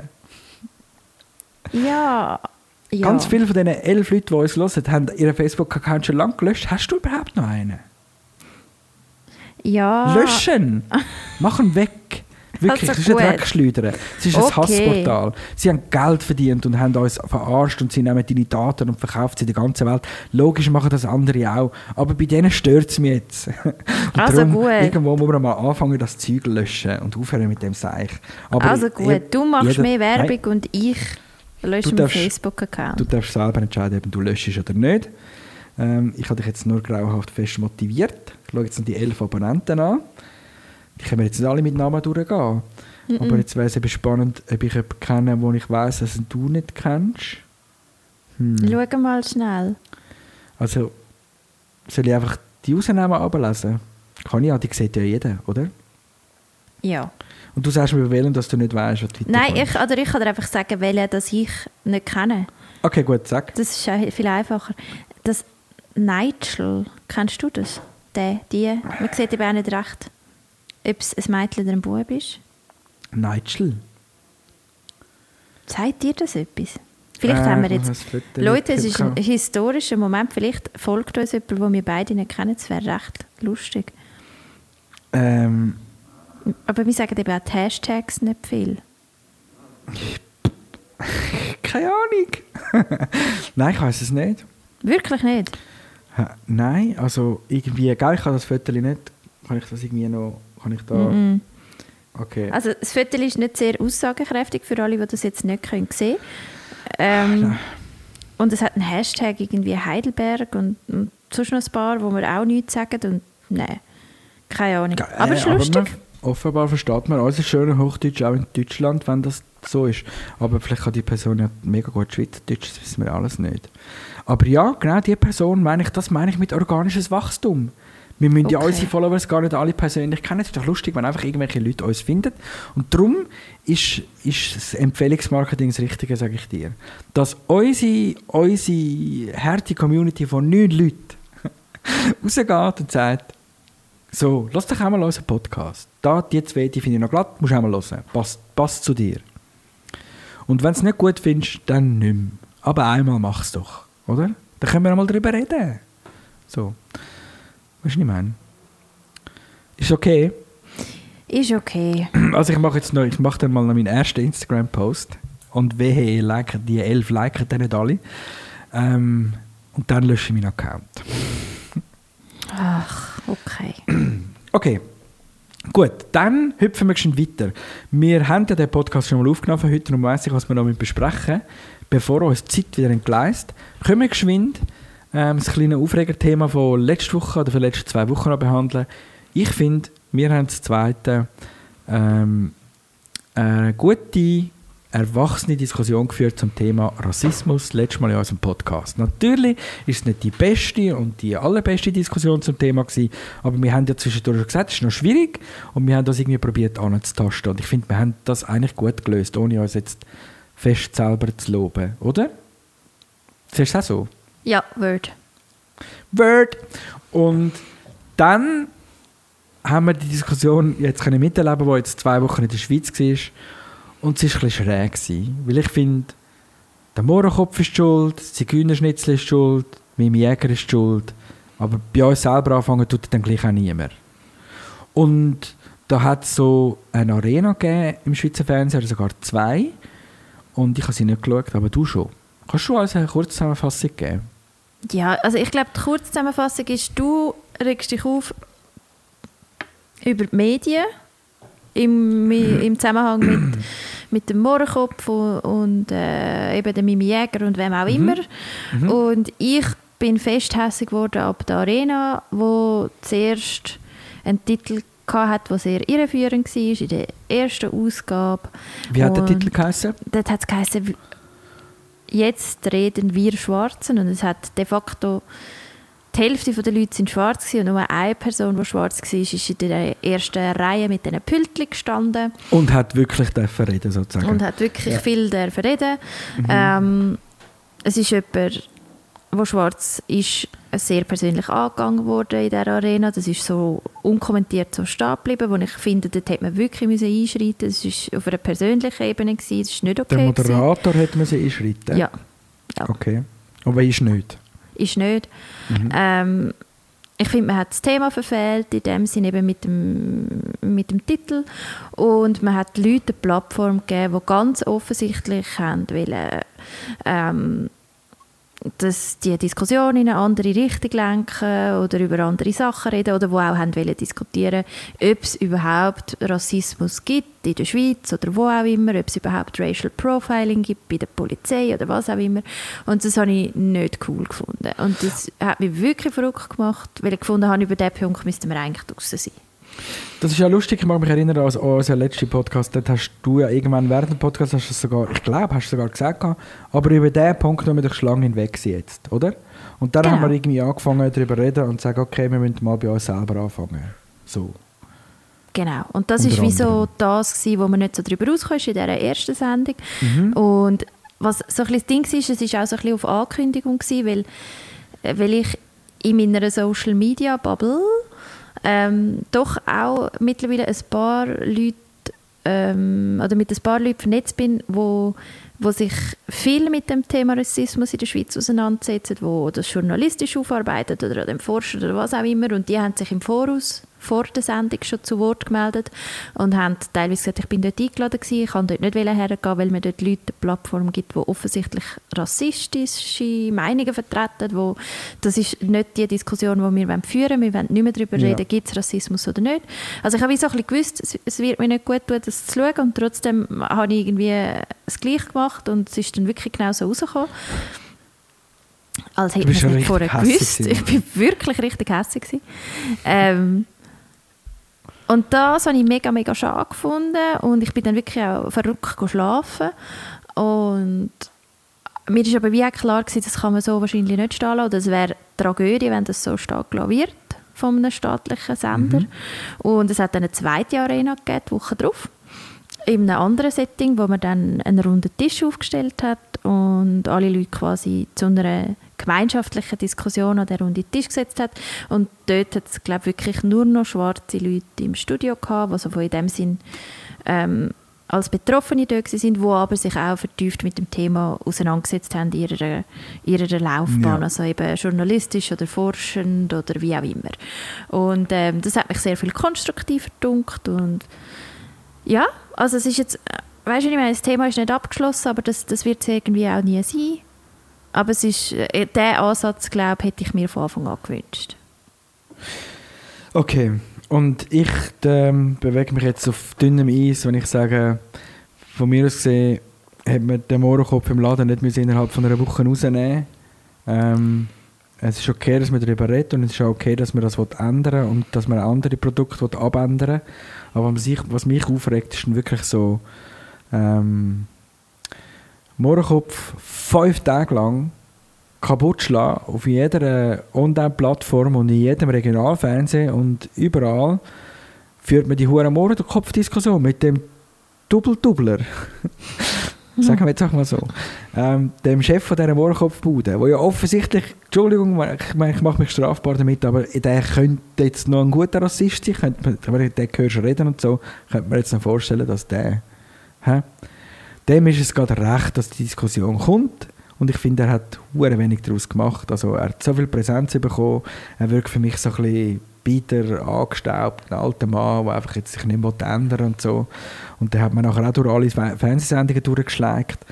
Ja, ja. Ganz viele von diesen elf Leuten, die uns hören, haben ihren Facebook-Account schon lange gelöscht. Hast du überhaupt noch einen? Ja. Löschen! Mach ihn weg! Wirklich, es ist ein Dreckschleuder. Es ist ein okay. Hassportal. Sie haben Geld verdient und haben uns verarscht und sie nehmen deine Daten und verkaufen sie in der ganzen Welt. Logisch machen das andere auch. Aber bei denen stört es mich jetzt. Und also darum, gut. Irgendwo muss man mal anfangen, das Zeug zu löschen und aufhören mit dem Seich. Aber also gut, ich, du machst jeder, mehr Werbung nein, und ich lösche meinen Facebook-Account. Du darfst selber entscheiden, ob du löschst oder nicht. Ähm, ich habe dich jetzt nur grauenhaft fest motiviert. Ich schaue jetzt noch die elf Abonnenten an. Die können wir jetzt nicht alle mit Namen durchgehen. Mm-mm. Aber jetzt wäre es eben spannend, ob ich jemanden kenne, den ich weiss, dass du nicht kennst. Hm. Schau mal schnell. Also, soll ich einfach die Ausnahmen ablesen? Kann ich ja, die sieht ja jeder, oder? Ja. Und du sagst mir wählen, dass du nicht weißt, was Twitter Nein, ich, oder ich kann dir einfach sagen, welchen, dass ich nicht kenne. Okay, gut, sag. Das ist ja viel einfacher. Das Nigel, kennst du das? Der, die, man sieht eben auch nicht recht, ob es ein Mädchen oder ein Bub ist. Nigel? Sagt dir das etwas? Vielleicht äh, haben wir jetzt... Leute, es ist ein historischer Moment. Vielleicht folgt uns jemand, den wir beide nicht kennen. Das wäre recht lustig. Ähm... Aber wir sagen eben auch die Hashtags nicht viel. Keine Ahnung. Nein, ich weiss es nicht. Wirklich nicht? Ha, nein, also irgendwie... Gell, ich habe das Foto nicht... Kann ich das irgendwie noch... Kann ich da... Mm-mm. Okay. Also das Foto ist nicht sehr aussagekräftig für alle, die das jetzt nicht können sehen können. Ähm, und es hat einen Hashtag irgendwie Heidelberg und, und sonst noch ein paar, wo wir auch nichts sagen. Und nein, keine Ahnung. Ge- aber es ist aber lustig. Man, offenbar versteht man alles schöne Hochdeutsch auch in Deutschland, wenn das so ist. Aber vielleicht kann die Person ja mega gut Schweizerdeutsch, das wissen wir alles nicht. Aber ja, genau diese Person meine ich, das meine ich mit organisches Wachstum. Wir müssen okay. ja unsere Followers gar nicht alle persönlich kennen. Es ist doch lustig, wenn einfach irgendwelche Leute uns finden. Und darum ist, ist das Empfehlungsmarketing das Richtige, sage ich dir. Dass unsere, unsere harte Community von neun Leuten rausgeht und sagt, so, lass doch einmal unseren Podcast. Da, die zwei, die finde ich noch glatt, musst du einmal hören. Passt, passt zu dir. Und wenn du es nicht gut findest, dann nicht mehr. Aber einmal mach es doch, oder? Dann können wir einmal darüber reden. So. Weißt du, was ich meine? Ist okay? Ist okay. Also ich mache jetzt noch, ich mache dann mal noch meinen ersten Instagram-Post und wehe, like, die elf liken dann nicht alle. Ähm, und dann lösche ich meinen Account. Ach, okay. Okay, gut, dann hüpfen wir schon weiter. Wir haben ja den Podcast schon mal aufgenommen für heute und weiss ich, was wir noch besprechen. Bevor uns die Zeit wieder entgleist, können wir geschwind Ähm, das kleine Aufregerthema von letzter Woche oder von den letzten zwei Wochen noch behandeln. Ich finde, wir haben das zweite ähm, eine gute, erwachsene Diskussion geführt zum Thema Rassismus, letztes Mal in unserem Podcast. Natürlich ist es nicht die beste und die allerbeste Diskussion zum Thema gewesen, aber wir haben ja zwischendurch gesagt, es ist noch schwierig und wir haben das irgendwie probiert anzutasten. Und ich finde, wir haben das eigentlich gut gelöst, ohne uns jetzt fest selber zu loben, oder? Siehst du das auch so? Ja, Word. Word. Und dann haben wir die Diskussion jetzt können miterleben, die jetzt zwei Wochen in der Schweiz war. Und es war ein bisschen schräg gewesen, weil ich finde, der Mohrenkopf ist schuld, das Zigeunerschnitzel ist schuld, mein Jäger ist schuld, aber bei uns selber anfangen tut dann gleich auch niemand. Und da hat es so eine Arena gegeben im Schweizer Fernsehen, oder sogar zwei. Und ich habe sie nicht geschaut, aber du schon. Kannst du uns eine Kurzzusammenfassung geben? Ja, also ich glaube, die Kurzzusammenfassung ist, du regst dich auf über die Medien im, im Zusammenhang mit, mit dem Mohrenkopf und, und äh, eben dem Mimi Jäger und wem auch immer. Mhm. Mhm. Und ich bin fest hässig geworden ab der Arena, wo zuerst einen Titel hatte, der sehr irreführend war, in der ersten Ausgabe. Wie hat der Titel geheißen? Dort hat es geheißen, «Jetzt reden wir Schwarzen». Und es hat de facto, die Hälfte der Leute sind schwarz gewesen, und nur eine Person, die schwarz war, ist in der ersten Reihe mit diesen Pültchen gestanden. Und hat wirklich dürfen reden, sozusagen. Und hat wirklich ja. viel dürfen reden. Mhm. Ähm, es ist jemand, der schwarz ist, sehr persönlich angegangen worden in dieser Arena. Das ist so unkommentiert so stehen geblieben, wo ich finde, dort hätte man wirklich einschreiten müssen. Das war auf einer persönlichen Ebene, das ist nicht okay. Der Moderator hätte müssen einschreiten? Ja. ja. Okay. Aber ist nicht? Ist nicht. Mhm. Ähm, ich finde, man hat das Thema verfehlt, in dem Sinne eben mit dem, mit dem Titel. Und man hat Leuten eine Plattform gegeben, die ganz offensichtlich haben wollen, ähm, dass die Diskussion in eine andere Richtung lenken oder über andere Sachen reden oder wo auch haben wollen diskutieren, ob es überhaupt Rassismus gibt in der Schweiz oder wo auch immer, ob es überhaupt Racial Profiling gibt bei der Polizei oder was auch immer. Und das habe ich nicht cool gefunden. Und das hat mich wirklich verrückt gemacht, weil ich gefunden habe, über diesen Punkt müssten wir eigentlich draussen sein. Das ist ja lustig, ich mag mich erinnern an unseren letzten Podcast, dort hast du ja irgendwann während dem Podcast, hast du sogar, ich glaube, hast du sogar gesagt, aber über diesen Punkt müssen wir durch Schlangen hinweg sein jetzt, oder? Und dann genau. haben wir irgendwie angefangen darüber zu reden und sagen, okay, wir müssen mal bei uns selber anfangen. So. Genau, und das war wie so das gewesen, wo wir nicht so darüber rauskommen, in dieser ersten Sendung. Mhm. Und was so ein bisschen das Ding ist, es war auch so ein bisschen auf Ankündigung gewesen, weil, weil ich in meiner Social Media Bubble Ähm, doch auch mittlerweile ein paar Leute ähm, oder mit ein paar Leuten vernetzt bin, wo, wo sich viel mit dem Thema Rassismus in der Schweiz auseinandersetzen, wo das journalistisch aufarbeiten oder an dem forschen oder was auch immer, und die haben sich im Voraus vor der Sendung schon zu Wort gemeldet und haben teilweise gesagt, ich bin dort eingeladen gewesen, ich kann dort nicht hergehen, weil mir dort Leute eine Plattform gibt, die offensichtlich rassistische Meinungen vertreten, wo, das ist nicht die Diskussion, die wir führen wollen, wir wollen nicht mehr darüber ja. reden, gibt es Rassismus oder nicht. Also ich habe so ein bisschen gewusst, es, es wird mir nicht gut tun, das zu schauen, und trotzdem habe ich irgendwie das Gleiche gemacht und es ist dann wirklich genau so rausgekommen. Als hätte ich es nicht vorher gewusst. Ich war wirklich richtig hässlich. Ähm, Und das habe ich mega, mega schade gefunden und ich bin dann wirklich auch verrückt schlafen. Und mir war aber wie auch klar gewesen, das kann man so wahrscheinlich nicht stehen lassen. Das wäre eine Tragödie, wenn das so stehen gelassen wird von einem staatlichen Sender. Mhm. Und es hat dann eine zweite Arena gegeben, die Woche drauf, in einem anderen Setting, wo man dann einen runden Tisch aufgestellt hat und alle Leute quasi zu einer gemeinschaftlichen Diskussion an den runden Tisch gesetzt hat. Und dort hat es, glaube ich, wirklich nur noch schwarze Leute im Studio gehabt, also die in dem Sinn ähm, als Betroffene dort waren, die aber sich auch vertieft mit dem Thema auseinandergesetzt haben in ihrer, ihrer Laufbahn, ja. also eben journalistisch oder forschend oder wie auch immer. Und ähm, das hat mich sehr viel konstruktiver gedunkt und ja, also es ist jetzt, weißt du, ich meine, das Thema ist nicht abgeschlossen, aber das, das wird es irgendwie auch nie sein. Aber es ist, äh, diesen Ansatz, glaube ich, hätte ich mir von Anfang an gewünscht. Okay, und ich ähm, bewege mich jetzt auf dünnem Eis, wenn ich sage, von mir aus gesehen, hat man den Mohrenkopf im Laden nicht müssen innerhalb von einer Woche rausnehmen. Ähm, es ist okay, dass man darüber redet und es ist auch okay, dass man das ändern will und dass man andere Produkte abändern will. Aber was, ich, was mich aufregt, ist wirklich so, ähm, Mohrenkopf fünf Tage lang kaputt schlagen auf jeder Online-Plattform und in jedem Regionalfernsehen und überall führt man die hure Mohrenkopf-Diskussion mit dem Double-Doubler. Sagen wir jetzt auch mal so. Ähm, dem Chef von dieser Mohrenkopf-Bude, der ja offensichtlich, Entschuldigung, ich, meine, ich mache mich strafbar damit, aber der könnte jetzt noch ein guter Rassist sein, könnte, wenn du den hörst reden und so, könnte man jetzt noch vorstellen, dass der... Hä? Dem ist es gerade recht, dass die Diskussion kommt. Und ich finde, er hat sehr wenig daraus gemacht. Also er hat so viel Präsenz bekommen. Er wirkt für mich so ein bisschen bitter, angestaubt, ein alter Mann, der einfach jetzt sich nicht mehr ändern will und so. Und dann hat man nachher auch durch alle Fernsehsendungen durchgeschlägt.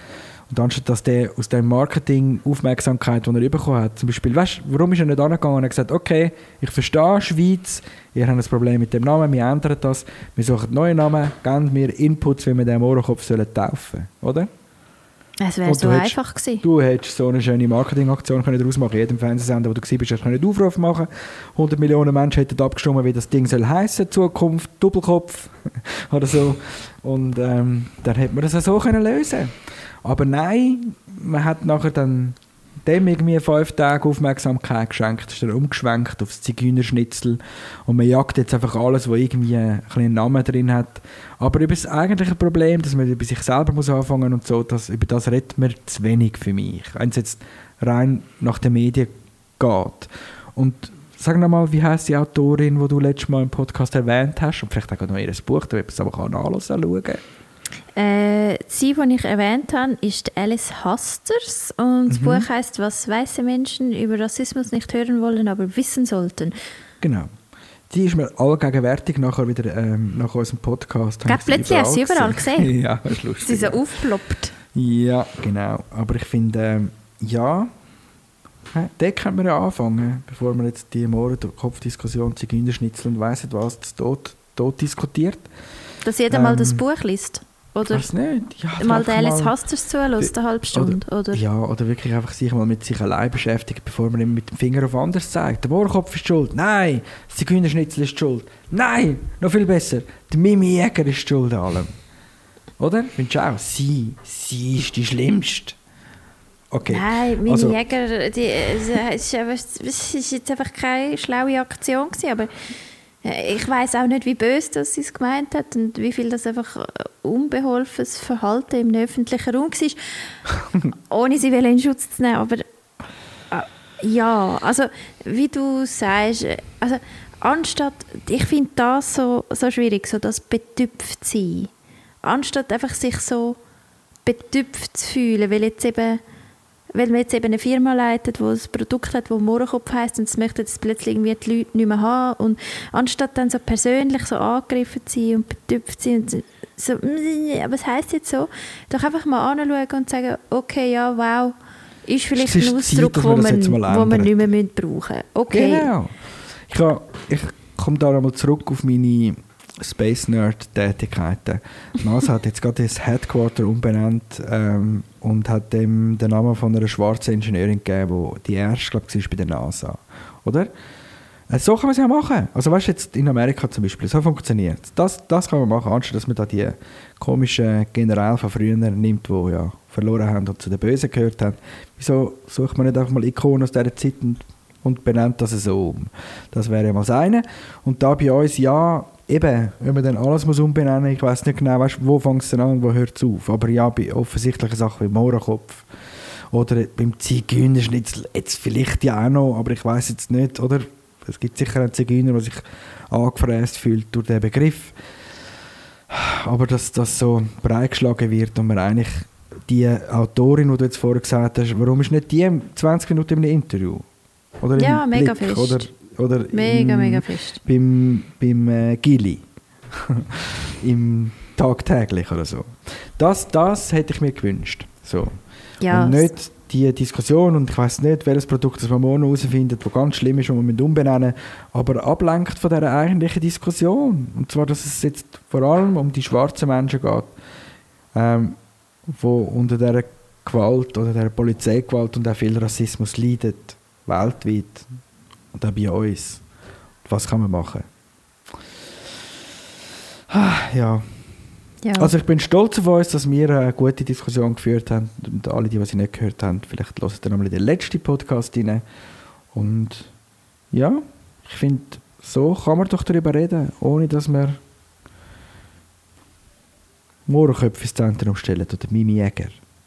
Und anstatt dass der aus dem Marketing Aufmerksamkeit, die er bekommen hat, zum Beispiel, weißt du, warum ist er nicht angegangen und hat gesagt, okay, ich verstehe Schweiz, ihr habt ein Problem mit dem Namen, wir ändern das, wir suchen einen neuen Namen, geben mir Inputs, wie wir den Mohrenkopf sollen taufen, oder? Es wäre so hättest, einfach gewesen. Du hättest so eine schöne Marketingaktion daraus machen können. In jedem Fernsehsender, wo du warst, hast du einen Aufruf machen. hundert Millionen Menschen hätten abgestimmt, wie das Ding soll heissen, Zukunft, Doppelkopf oder so. Und ähm, dann hätte man das auch so können lösen. Aber nein, man hat nachher dann dem irgendwie fünf Tage Aufmerksamkeit geschenkt, ist dann umgeschwenkt aufs Zigeunerschnitzel und man jagt jetzt einfach alles, was irgendwie ein einen Namen drin hat. Aber über das eigentliche Problem, dass man über sich selber muss anfangen und so, das, über das redet man zu wenig für mich, wenn es jetzt rein nach den Medien geht. Und sag nochmal, wie heisst die Autorin, die du letztes Mal im Podcast erwähnt hast, und vielleicht auch noch ihr Buch, da wird man es aber nachlesen, schauen. Äh, sie, die ich erwähnt habe, ist Alice Hasters und das Mhm. Buch heisst «Was weiße Menschen über Rassismus nicht hören wollen, aber wissen sollten». Genau. Die ist mir allgegenwärtig nachher wieder ähm, nach unserem Podcast. Gerade plötzlich hast du sie überall gesehen. Ja, das ist lustig. Sie so ja. aufgeploppt. Ja, genau. Aber ich finde, ähm, ja, hä, dort können wir ja anfangen, bevor wir jetzt die Mohrenkopf-Diskussion, Zigeunerschnitzel und weiss nicht was, das tot, tot diskutiert. Dass jeder Ähm, mal das Buch liest. Oder Weiß nicht. Ja, mal vielleicht der Alice mal- Hasters zuhört, eine halbe Stunde. Oder, oder? Ja, oder wirklich einfach sich mal mit sich allein beschäftigt, bevor man ihm mit dem Finger auf anders zeigt. Der Mohrenkopf ist schuld. Nein. Das Zigeunerschnitzel ist schuld. Nein. Noch viel besser. Der Mimi Jäger ist schuld an allem. Oder? Findest du auch? Sie. Sie ist die Schlimmste. Okay. Nein, meine Also- Jäger, die, es war jetzt einfach keine schlaue Aktion gewesen, aber äh, ich weiss auch nicht, wie böse das sie es gemeint hat und wie viel das einfach äh, unbeholfenes Verhalten im öffentlichen Raum war, ohne sie in Schutz zu nehmen. Aber äh, ja, also wie du sagst, äh, also anstatt, ich finde das so, so schwierig, so das betüpft sein, anstatt einfach sich so betüpft zu fühlen, weil jetzt eben weil man jetzt eben eine Firma leitet, die ein Produkt hat, das Mohrenkopf heisst und das möchten jetzt plötzlich irgendwie die Leute nicht mehr haben. Und anstatt dann so persönlich so angegriffen zu sein und betüpft zu sein und so, so aber was heisst jetzt so? Doch einfach mal anschauen und sagen, okay, ja, wow, ist vielleicht Es ist ein Zeit, Ausdruck, dass wir den das jetzt man, mal wo man ändern. nicht mehr brauchen müssen. Okay. Genau. Ich, kann, ich komme da einmal zurück auf meine Space Nerd-Tätigkeiten. NASA hat jetzt gerade das Headquarter umbenannt ähm, und hat dem den Namen von einer schwarzen Ingenieurin gegeben, die die erste, glaube ich, war bei der NASA. Oder? Äh, so kann man es ja machen. Also weißt du, jetzt in Amerika zum Beispiel, so funktioniert es. Das, das kann man machen, anstatt dass man da die komischen Generäle von früher nimmt, die ja verloren haben und zu den Bösen gehört haben. Wieso sucht man nicht einfach mal Ikonen aus dieser Zeit und, und benennt das so um? Das wäre ja mal das eine. Und da bei uns, ja, eben, wenn man dann alles muss umbenennen muss, ich weiss nicht genau, weißt, wo fängt es denn an und wo hört es auf. Aber ja, bei offensichtlichen Sachen wie Mohrenkopf oder beim Zigeunerschnitzel, jetzt vielleicht ja auch noch, aber ich weiss jetzt nicht, oder? Es gibt sicher einen Zigeuner, der sich angefräst fühlt durch den Begriff. Aber dass das so breitgeschlagen wird und man eigentlich die Autorin, die du jetzt vorher gesagt hast, warum ist nicht die zwanzig Minuten in einem Interview? Oder Ja, im mega Blick, fest. Oder, oder Mega, im, mega fest. Beim, beim äh, Gilli. Im tagtäglich oder so. Das, das hätte ich mir gewünscht. So. Ja, Und nicht die Diskussion, und ich weiss nicht, welches Produkt das man morgen herausfindet, das ganz schlimm ist und man umbenennen müssen, aber ablenkt von dieser eigentlichen Diskussion. Und zwar, dass es jetzt vor allem um die schwarzen Menschen geht, ähm, die unter dieser Gewalt oder dieser Polizeigewalt und auch viel Rassismus leiden, weltweit und auch bei uns. Was kann man machen? Ah, ja. ja. Also ich bin stolz auf uns, dass wir eine gute Diskussion geführt haben. Und alle, die, die sie nicht gehört haben, vielleicht hören dann nochmal in den letzten Podcast rein. Und ja, ich finde, so kann man doch darüber reden, ohne dass man Mohrenköpfe ins Zentrum stellen oder Mimi Jäger.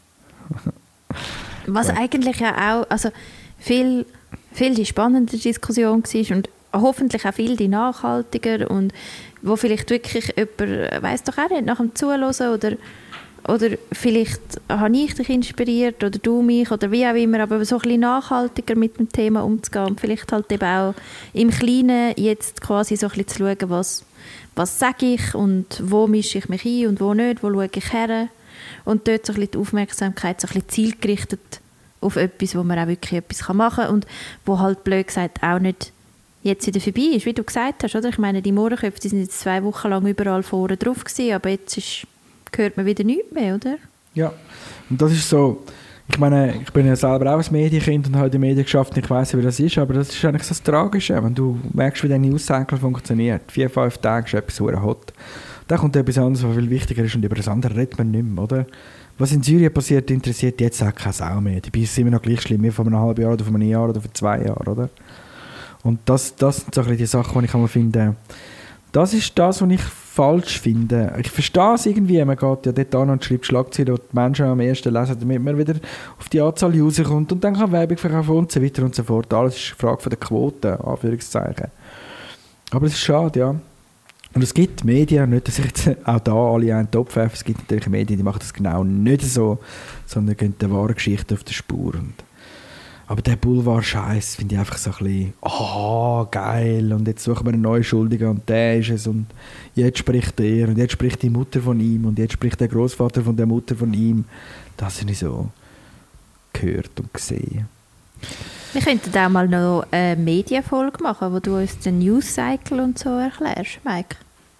Was Ja. eigentlich ja auch also viel, viel die spannende Diskussion war und hoffentlich auch viel die nachhaltiger und wo vielleicht wirklich jemand, weiss doch auch nicht, nach dem Zuhören oder, oder vielleicht habe ich dich inspiriert oder du mich oder wie auch immer, aber so ein bisschen nachhaltiger mit dem Thema umzugehen und vielleicht halt eben auch im Kleinen jetzt quasi so ein bisschen zu schauen, was, was sage ich und wo mische ich mich ein und wo nicht, wo schaue ich her. und dort so ein bisschen die Aufmerksamkeit so ein bisschen zielgerichtet auf etwas, wo man auch wirklich etwas machen kann und wo halt blöd gesagt auch nicht jetzt wieder vorbei ist, wie du gesagt hast, oder? Ich meine, die Mohrenköpfe, die sind jetzt zwei Wochen lang überall vorne drauf gewesen, aber jetzt ist, hört man wieder nichts mehr, oder? Ja, und das ist so, ich meine, ich bin ja selber auch ein Medienkind und habe in den Medien geschafft und ich weiss, wie das ist, aber das ist eigentlich so das Tragische, wenn du merkst, wie dein Newscycle funktioniert. Vier, fünf Tage ist etwas sehr hot. Dann kommt etwas anderes, was viel wichtiger ist und über das andere redet man nicht mehr, oder? Was in Syrien passiert, interessiert jetzt auch keine Sau mehr. Die sind immer noch gleich schlimm wie vor einem halben Jahr oder vor einem Jahr oder vor zwei Jahren, oder? Und das, das sind so ein bisschen die Sachen, die ich einmal finde, das ist das, was ich falsch finde. Ich verstehe es irgendwie, man geht ja dort an und schreibt Schlagzeilen, die die Menschen am ersten lesen, damit man wieder auf die Anzahl rauskommt und dann kann Werbung verkaufen und so weiter und so fort. Alles ist eine Frage von der Quote, Anführungszeichen. Aber es ist schade, ja. Und es gibt Medien, nicht, dass ich jetzt auch da alle einen Topf werfe, es gibt natürlich Medien, die machen das genau nicht so, sondern gehen der wahren Geschichte auf die Spur. Und aber der Boulevard-Scheiß finde ich einfach so ein bisschen, ah, oh, geil, und jetzt suchen wir einen neuen Schuldigen und der ist es und jetzt spricht er und jetzt spricht die Mutter von ihm und jetzt spricht der Großvater von der Mutter von ihm. Das habe ich so gehört und gesehen. Wir könnten auch mal noch eine Medienfolge machen, wo du uns den News-Cycle und so erklärst, Mike.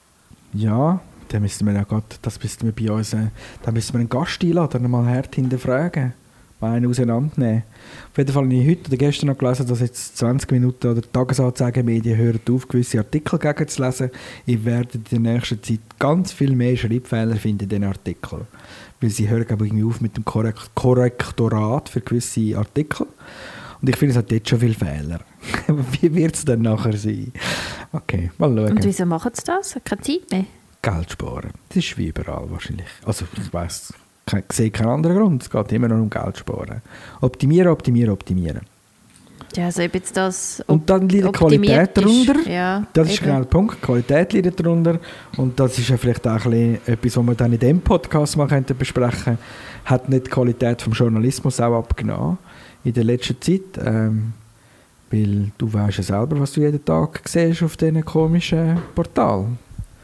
Ja, dann müssen wir ja grad, das müssten wir bei uns, äh, dann müssen wir einen Gast einladen und mal hart hinterfragen. Mal einen auseinandernehmen. Auf jeden Fall habe ich heute oder gestern noch gelesen, dass jetzt zwanzig Minuten oder Tagesanzeigen-Medien hören auf, gewisse Artikel gegenzulesen. Ich werde in der nächsten Zeit ganz viel mehr Schreibfehler finden in diesen Artikeln. Weil sie hören glaube ich, irgendwie auf mit dem Korrekt- Korrektorat für gewisse Artikel. Und ich finde, es hat jetzt schon viele Fehler. Wie wird es dann nachher sein? Okay, mal schauen. Und wieso machen sie das? Keine Zeit mehr? Geld sparen. Das ist wie überall wahrscheinlich. Also ich weiss, ich sehe keinen anderen Grund. Es geht immer noch um Geld sparen. Optimieren, optimieren, optimieren. Ja, also ob jetzt das op- Und dann liegt die Qualität darunter. Ja, das ist genau der Punkt. Die Qualität liegt darunter. Und das ist ja vielleicht auch ein bisschen etwas, was wir dann in diesem Podcast mal besprechen könnten. Hat nicht die Qualität vom Journalismus auch abgenommen in der letzten Zeit? Ähm, weil du weißt ja selber, was du jeden Tag siehst auf diesen komischen Portalen.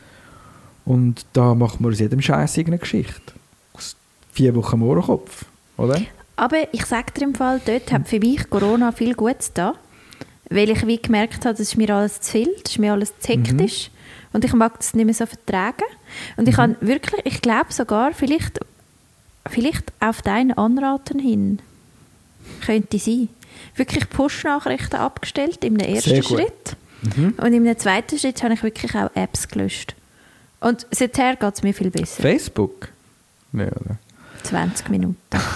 Und da machen wir aus jedem Scheiß eine Geschichte. Vier Wochen Mohrenkopf, oder? Aber ich sage dir im Fall, dort hat für mich Corona viel Gutes da, weil ich wie gemerkt habe, das ist mir alles zu viel, das ist mir alles zu hektisch mhm. und ich mag das nicht mehr so vertragen. Und ich mhm. habe wirklich, ich glaube sogar, vielleicht, vielleicht auf deinen Anraten hin, könnte sein, wirklich Push-Nachrichten abgestellt im ersten Schritt. Mhm. Und im zweiten Schritt habe ich wirklich auch Apps gelöscht. Und seither geht es mir viel besser. Facebook? Ja, oder? zwanzig Minuten.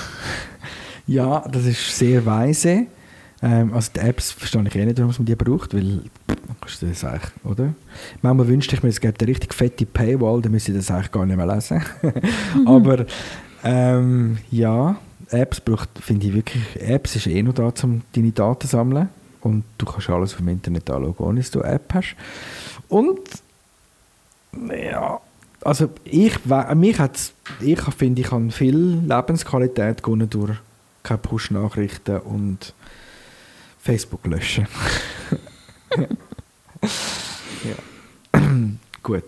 Ja, das ist sehr weise. Ähm, also die Apps verstehe ich eh nicht, warum man die braucht, weil, kannst du das eigentlich, oder? Manchmal wünschte ich mir, es gäbe eine richtig fette Paywall, dann müsste ich das eigentlich gar nicht mehr lesen. mhm. Aber ähm, ja, Apps braucht, finde ich wirklich, Apps ist eh noch da, um deine Daten zu sammeln. Und du kannst alles vom Internet anschauen, ohne dass du eine App hast. Und ja, also ich, mich hat's, ich finde, ich habe viel Lebensqualität gewonnen durch keine Push-Nachrichten und Facebook löschen. ja. Gut.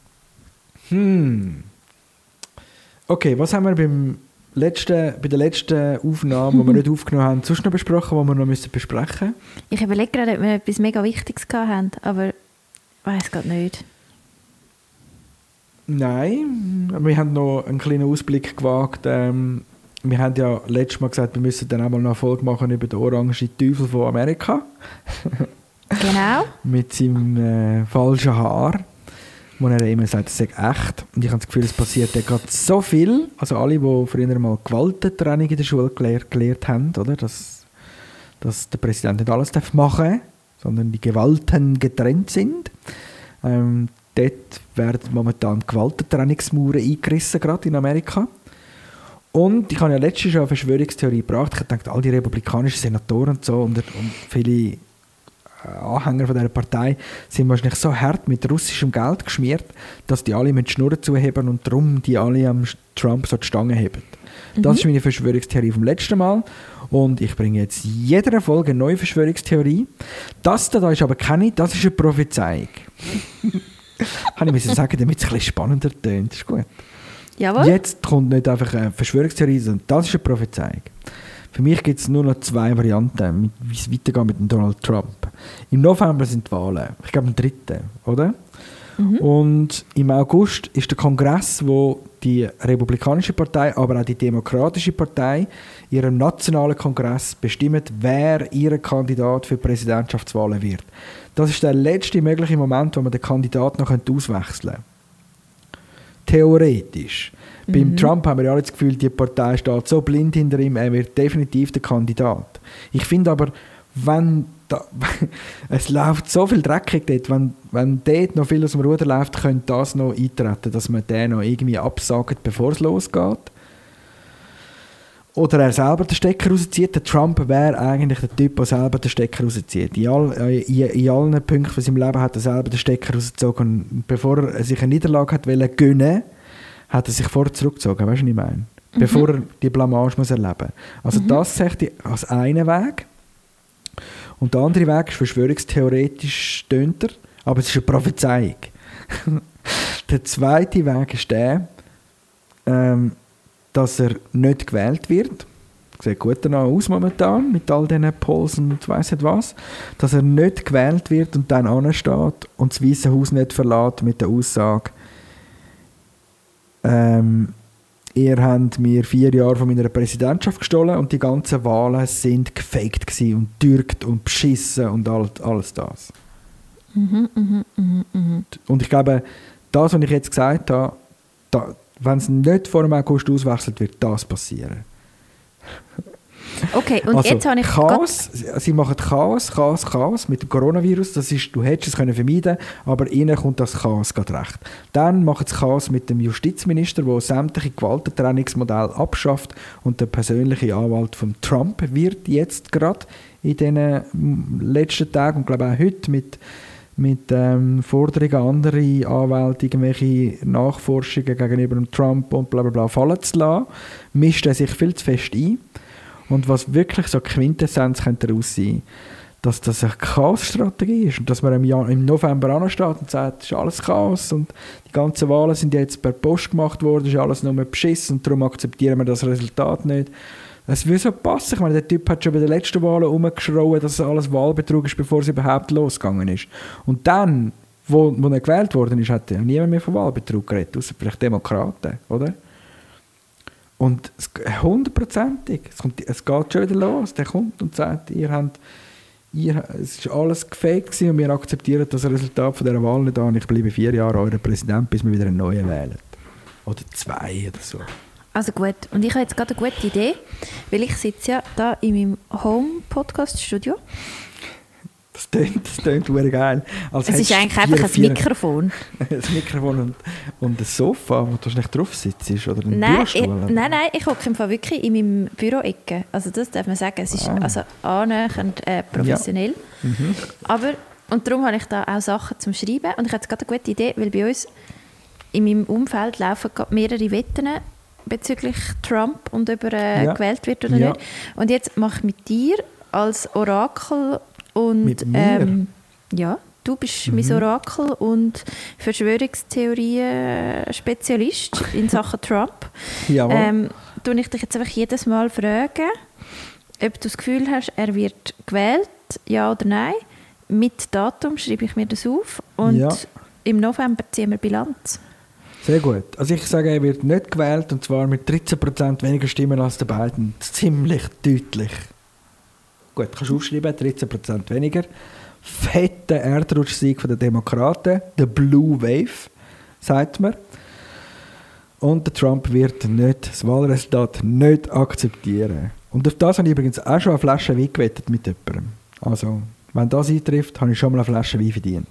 Hm. Okay, was haben wir beim letzten, bei der letzten Aufnahme, die wir nicht aufgenommen haben, sonst noch besprochen, was wir noch müssen besprechen müssen? Ich überlege gerade, ob wir etwas mega Wichtiges hatten, aber ich weiss gerade nicht. Nein, wir haben noch einen kleinen Ausblick gewagt. Ähm, wir haben ja letztes Mal gesagt, wir müssen dann auch mal eine Folge machen über den orangen Teufel von Amerika. Genau. Mit seinem äh, falschen Haar, wo er immer sagt, es sei echt. Und ich habe das Gefühl, es passiert ja gerade so viel. Also alle, die früher mal Gewaltentraining in der Schule gelehrt, gelehrt haben, oder? Dass, dass der Präsident nicht alles machen darf, sondern die Gewalten getrennt sind. Ähm, Dort werden momentan Gewaltentrennungsmauern eingerissen, gerade in Amerika. Und ich habe ja letztens schon eine Verschwörungstheorie gebracht. Ich dachte, all die republikanischen Senatoren und so und, und viele Anhänger von dieser Partei sind wahrscheinlich so hart mit russischem Geld geschmiert, dass die alle mit Schnurren zuheben und darum die alle am Trump so die Stange heben. Mhm. Das ist meine Verschwörungstheorie vom letzten Mal. Und ich bringe jetzt jeder Folge eine neue Verschwörungstheorie. Das da ist aber keine, das ist eine Prophezeiung. Habe ich müssen sagen, damit es ein bisschen spannender tönt. Ist gut. Jawohl. Jetzt kommt nicht einfach eine Verschwörungstheorie, sondern das ist eine Prophezeiung. Für mich gibt es nur noch zwei Varianten, wie es weitergeht mit dem Donald Trump. Im November sind die Wahlen, ich glaube am dritten, oder? Mhm. Und im August ist der Kongress, wo die Republikanische Partei, aber auch die Demokratische Partei, ihrem nationalen Kongress bestimmt, wer ihr Kandidat für Präsidentschaftswahlen wird. Das ist der letzte mögliche Moment, wo man den Kandidaten noch auswechseln könnte. Theoretisch. Mhm. Beim Trump haben wir ja alle das Gefühl, die Partei steht so blind hinter ihm, er wird definitiv der Kandidat. Ich finde aber, wenn da, es läuft so viel dreckig dort, wenn, wenn dort noch viel aus dem Ruder läuft, könnte das noch eintreten, dass man den noch irgendwie absagt, bevor es losgeht. Oder er selber den Stecker rauszieht. Der Trump wäre eigentlich der Typ, der selber den Stecker rauszieht. In, all, in, in allen Punkten von seinem Leben hat er selber den Stecker rausgezogen. Und bevor er sich eine Niederlage hat wollen gönnen, hat er sich vorher zurückgezogen. Weißt du, was ich meine? Mhm. Bevor er die Blamage muss erleben muss. Also mhm. das sehe ich als einen Weg. Und der andere Weg ist verschwörungstheoretisch stöhnt er, aber es ist eine Prophezeiung. Der zweite Weg ist der, ähm, dass er nicht gewählt wird. Sieht gut danach aus momentan, mit all diesen Polls und weiss nicht was. Dass er nicht gewählt wird und dann ansteht und das Weiße Haus nicht verlässt mit der Aussage, ähm, ihr habt mir vier Jahre von meiner Präsidentschaft gestohlen und die ganzen Wahlen sind gefaked gewesen und türkt und beschissen und all, alles das. Mhm, mhm, mhm, mhm. Und ich glaube, das, was ich jetzt gesagt habe, da, wenn es nicht vor dem August auswechselt, wird das passieren. Okay, und also, jetzt habe ich... Chaos, sie machen Chaos, Chaos, Chaos mit dem Coronavirus. Das ist, du hättest es können vermeiden, aber ihnen kommt das Chaos gerade recht. Dann machen sie Chaos mit dem Justizminister, der sämtliche Gewaltentrennungsmodelle abschafft und der persönliche Anwalt von Trump wird jetzt gerade in den letzten Tagen und glaube auch heute mit mit ähm, Forderungen andere Anwälte irgendwelche Nachforschungen gegenüber dem Trump und bla bla bla fallen zu lassen, mischt er sich viel zu fest ein. Und was wirklich so Quintessenz könnte daraus sein, dass das eine Chaos-Strategie ist und dass man im, Jahr, im November ansteht und sagt, es ist alles Chaos und die ganzen Wahlen sind jetzt per Post gemacht worden, es ist alles nur Beschiss und darum akzeptieren wir das Resultat nicht. Es würde so passen. Ich meine, der Typ hat schon bei den letzten Wahlen rumgeschrien, dass alles Wahlbetrug ist, bevor es überhaupt losgegangen ist. Und dann, wo, wo er gewählt worden ist, hat er niemand mehr von Wahlbetrug geredet, außer vielleicht Demokraten, oder? Und hundertprozentig, es, kommt, es geht schon wieder los. Der kommt und sagt, ihr habt, ihr, es ist alles gefaked gewesen und wir akzeptieren das Resultat von dieser Wahl nicht an. Ich bleibe vier Jahre euer Präsident, bis wir wieder einen neuen wählen. Oder zwei oder so. Also gut, und ich habe jetzt gerade eine gute Idee, weil ich sitze ja da in meinem Home-Podcast-Studio. Das klingt, das klingt verdammt geil. Als es ist eigentlich einfach ein vier, Mikrofon. Ein Mikrofon und, und ein Sofa, wo du nicht drauf sitzt, oder ein nein, Bürostuhl? Ich, nein, nein, ich hocke im Fall wirklich in meinem Büro-Ecke. Also das darf man sagen, es ist ah. also annähernd äh, professionell. Ja. Mhm. Aber, und darum habe ich da auch Sachen zum Schreiben. Und ich habe jetzt gerade eine gute Idee, weil bei uns in meinem Umfeld laufen gerade mehrere Wetten bezüglich Trump und ob er äh, ja. gewählt wird oder ja. nicht. Und jetzt mache ich mit dir als Orakel und mit mir? Ähm, ja, du bist mhm. mein Orakel und Verschwörungstheorien-Spezialist in Sachen Trump. Jawohl. Ähm, tue ich dich jetzt einfach jedes Mal fragen, ob du das Gefühl hast, er wird gewählt, ja oder nein. Mit Datum schreibe ich mir das auf und ja. im November ziehen wir Bilanz. Sehr gut. Also ich sage, er wird nicht gewählt und zwar mit dreizehn Prozent weniger Stimmen als der Biden. Ziemlich deutlich. Gut, kannst du aufschreiben, dreizehn Prozent weniger. Fetter Erdrutschsieg der Demokraten, der Blue Wave, sagt man. Und der Trump wird nicht, das Wahlresultat nicht akzeptieren. Und auf das habe ich übrigens auch schon eine Flasche Wein gewettet mit jemandem. Also, wenn das eintrifft, habe ich schon mal eine Flasche Wein verdient.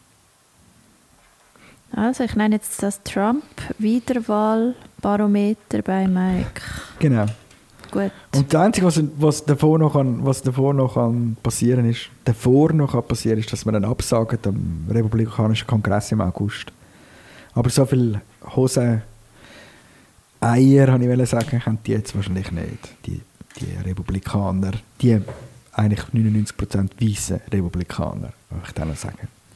Also, ich nenne jetzt das Trump-Wiederwahlbarometer bei Mike. Genau. Gut. Und das Einzige, was, was davor noch, kann, was davor noch kann passieren ist, davor noch kann passieren ist, dass wir dann absagen am Republikanischen Kongress im August. Aber so viele Hosen, Eier, habe ich sagen, haben die jetzt wahrscheinlich nicht. Die, die Republikaner, die eigentlich neunundneunzig Prozent weißen Republikaner, würde ich dann sagen.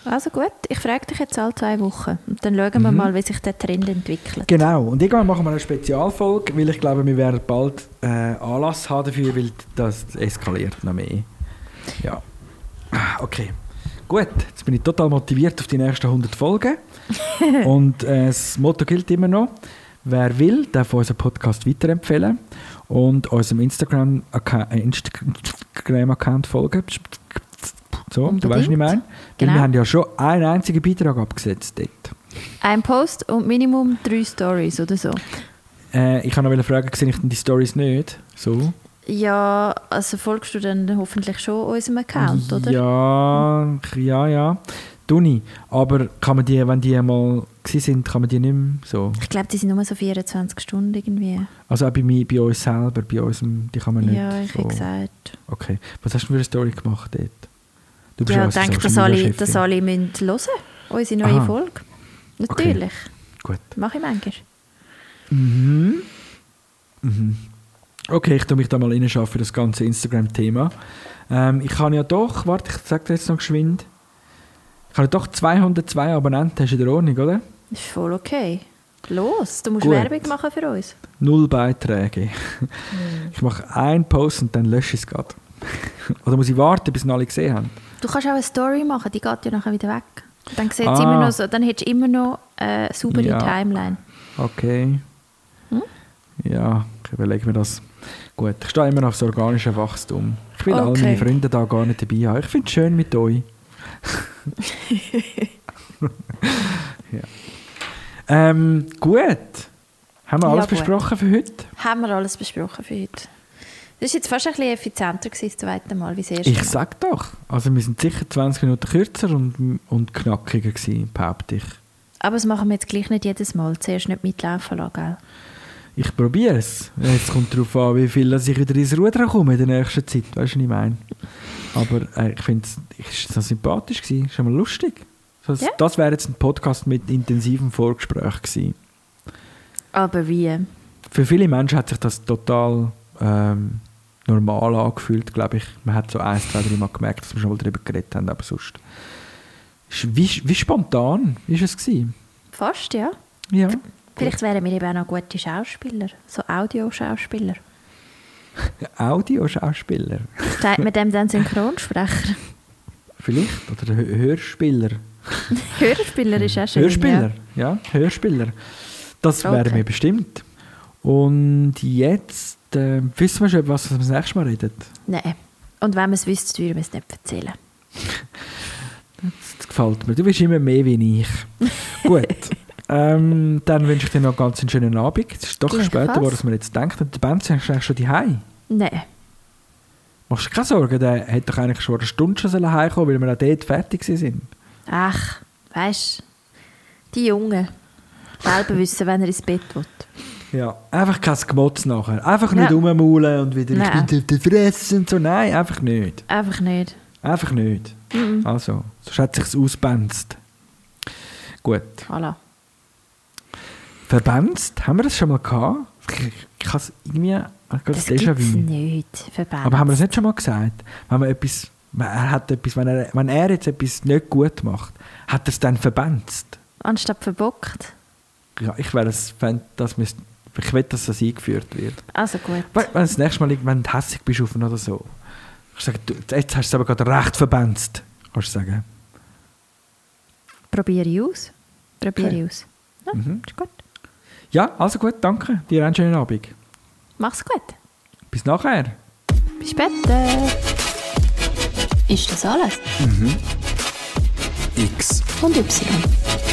Also gut, ich frage dich jetzt alle zwei Wochen und dann schauen wir mhm. mal, wie sich der Trend entwickelt. Genau, und irgendwann machen wir eine Spezialfolge, weil ich glaube, wir werden bald äh, Anlass haben dafür, weil das eskaliert noch mehr. Ja, okay. Gut, jetzt bin ich total motiviert auf die nächsten hundert Folgen. Und äh, das Motto gilt immer noch, wer will, darf unseren Podcast weiterempfehlen und unserem Instagram-Account Instagram folgen. So, unbedingt. Du weißt, was ich meine? Genau. Wir haben ja schon einen einzigen Beitrag abgesetzt dort. Ein Post und Minimum drei Stories oder so. Äh, ich habe noch fragen, sehe ich denn die Stories nicht? So? Ja, also folgst du dann hoffentlich schon unserem Account, oder? Ja, ja, ja. Tuni. Aber kann man die, wenn die mal gewesen sind, kann man die nicht mehr so? Ich glaube, die sind nur so vierundzwanzig Stunden irgendwie. Also auch bei, mir, bei uns selber, bei uns, die kann man nicht Ja, ich so. habe gesagt. Okay. Was hast du für eine Story gemacht dort? Du bist ja, ich denke, dass alle, dass alle müssen hören, unsere neue Aha. Folge. Natürlich. Okay. Gut. Mache ich manchmal. Mhm. Mhm. Okay, ich tue mich da mal reinschaffen für das ganze Instagram-Thema. Ähm, ich kann ja doch, warte, ich sage dir jetzt noch geschwind, ich habe ja doch zweihundertzwei Abonnenten, hast du in der Ordnung, oder? Das ist voll okay. Los, du musst Gut. Werbung machen für uns. Null Beiträge. Mhm. Ich mache einen Post und dann lösche ich es gerade. Oder muss ich warten, bis alle gesehen haben? Du kannst auch eine Story machen, die geht ja nachher wieder weg. Dann, ah. immer noch so, dann hättest du immer noch eine äh, saubere ja. Timeline. Okay. Hm? Ja, ich überlege mir das. Gut, ich stehe immer noch auf das organische Wachstum. Ich will okay. alle meine Freunde da gar nicht dabei haben. Ich finde es schön mit euch. ja. ähm, gut. Haben wir alles ja, besprochen für heute? Haben wir alles besprochen für heute. Das war jetzt fast ein bisschen effizienter gewesen, das zweite Mal, wie das erste Mal. Ich sag doch. Also wir sind sicher zwanzig Minuten kürzer und, und knackiger gewesen, behaupte ich. Aber das machen wir jetzt gleich nicht jedes Mal. Zuerst nicht mitlaufen lassen, gell? Ich probiere es. Es kommt darauf an, wie viel ich wieder ins Ruder komme in der nächsten Zeit. Weißt du, was ich meine? Aber äh, ich finde es so sympathisch gewesen. Ist schon mal lustig. Das, ja. das wäre jetzt ein Podcast mit intensivem Vorgespräch gewesen. Aber wie? Für viele Menschen hat sich das total ähm, normal angefühlt, glaube ich. Man hat so ein, zwei, drei Mal gemerkt, dass wir schon mal darüber geredet haben, aber sonst... Wie, wie spontan war es gewesen? Fast, ja. Ja. Vielleicht wären wir eben auch noch gute Schauspieler, so Audioschauspieler. Audioschauspieler? Sagt man dem dann Synchronsprecher? Vielleicht, oder Hörspieler. Hörspieler ist auch schön. Hörspieler, ja, ja Hörspieler. Das okay. wären wir bestimmt. Und jetzt äh, wissen wir schon, was wir das nächste Mal reden? Nein. Und wenn wir es wüssten, würden wir es nicht erzählen. Das gefällt mir. Du bist immer mehr wie ich. Gut. Ähm, dann wünsche ich dir noch einen ganz schönen Abend. Es ist doch Gleich später, wo man jetzt denkt. Und der Benz ist eigentlich schon daheim. Nein. Machst du dir keine Sorgen? Der hätte doch eigentlich schon eine Stunde schon heimkommen, weil wir auch dort fertig sind. Ach, weißt du, die Jungen selber wissen, wenn er ins Bett will. Ja, einfach kein Gemotz nachher. Einfach nicht ja. rummaulen und wieder Nein. ich bin fressen und so. Nein, einfach nicht. Einfach nicht. Einfach nicht. Mhm. Also, sonst hat es sich ausbenzt. Gut. Voilà. Verbenzt? Haben wir das schon mal gehabt? Ich, ich kann es irgendwie... Das gibt es nicht. Verbenzt. Aber haben wir das nicht schon mal gesagt? Wenn, man etwas, er hat etwas, wenn, er, wenn er jetzt etwas nicht gut macht, hat er es dann verbenzt? Anstatt verbockt? Ja, ich wäre das, das müsst, ich will, dass das eingeführt wird. Also gut. Wenn du das nächste Mal wenn du hässlich bist auf ihn oder so, ich sage, du, jetzt hast du es aber gerade recht verbenzt, kannst du sagen. Probiere ich aus. Probiere okay. ich aus. Ja, mhm. ist gut. Ja, also gut, danke. Dir einen schönen Abend. Mach's gut. Bis nachher. Bis später. Ist das alles? Mhm. X und Y.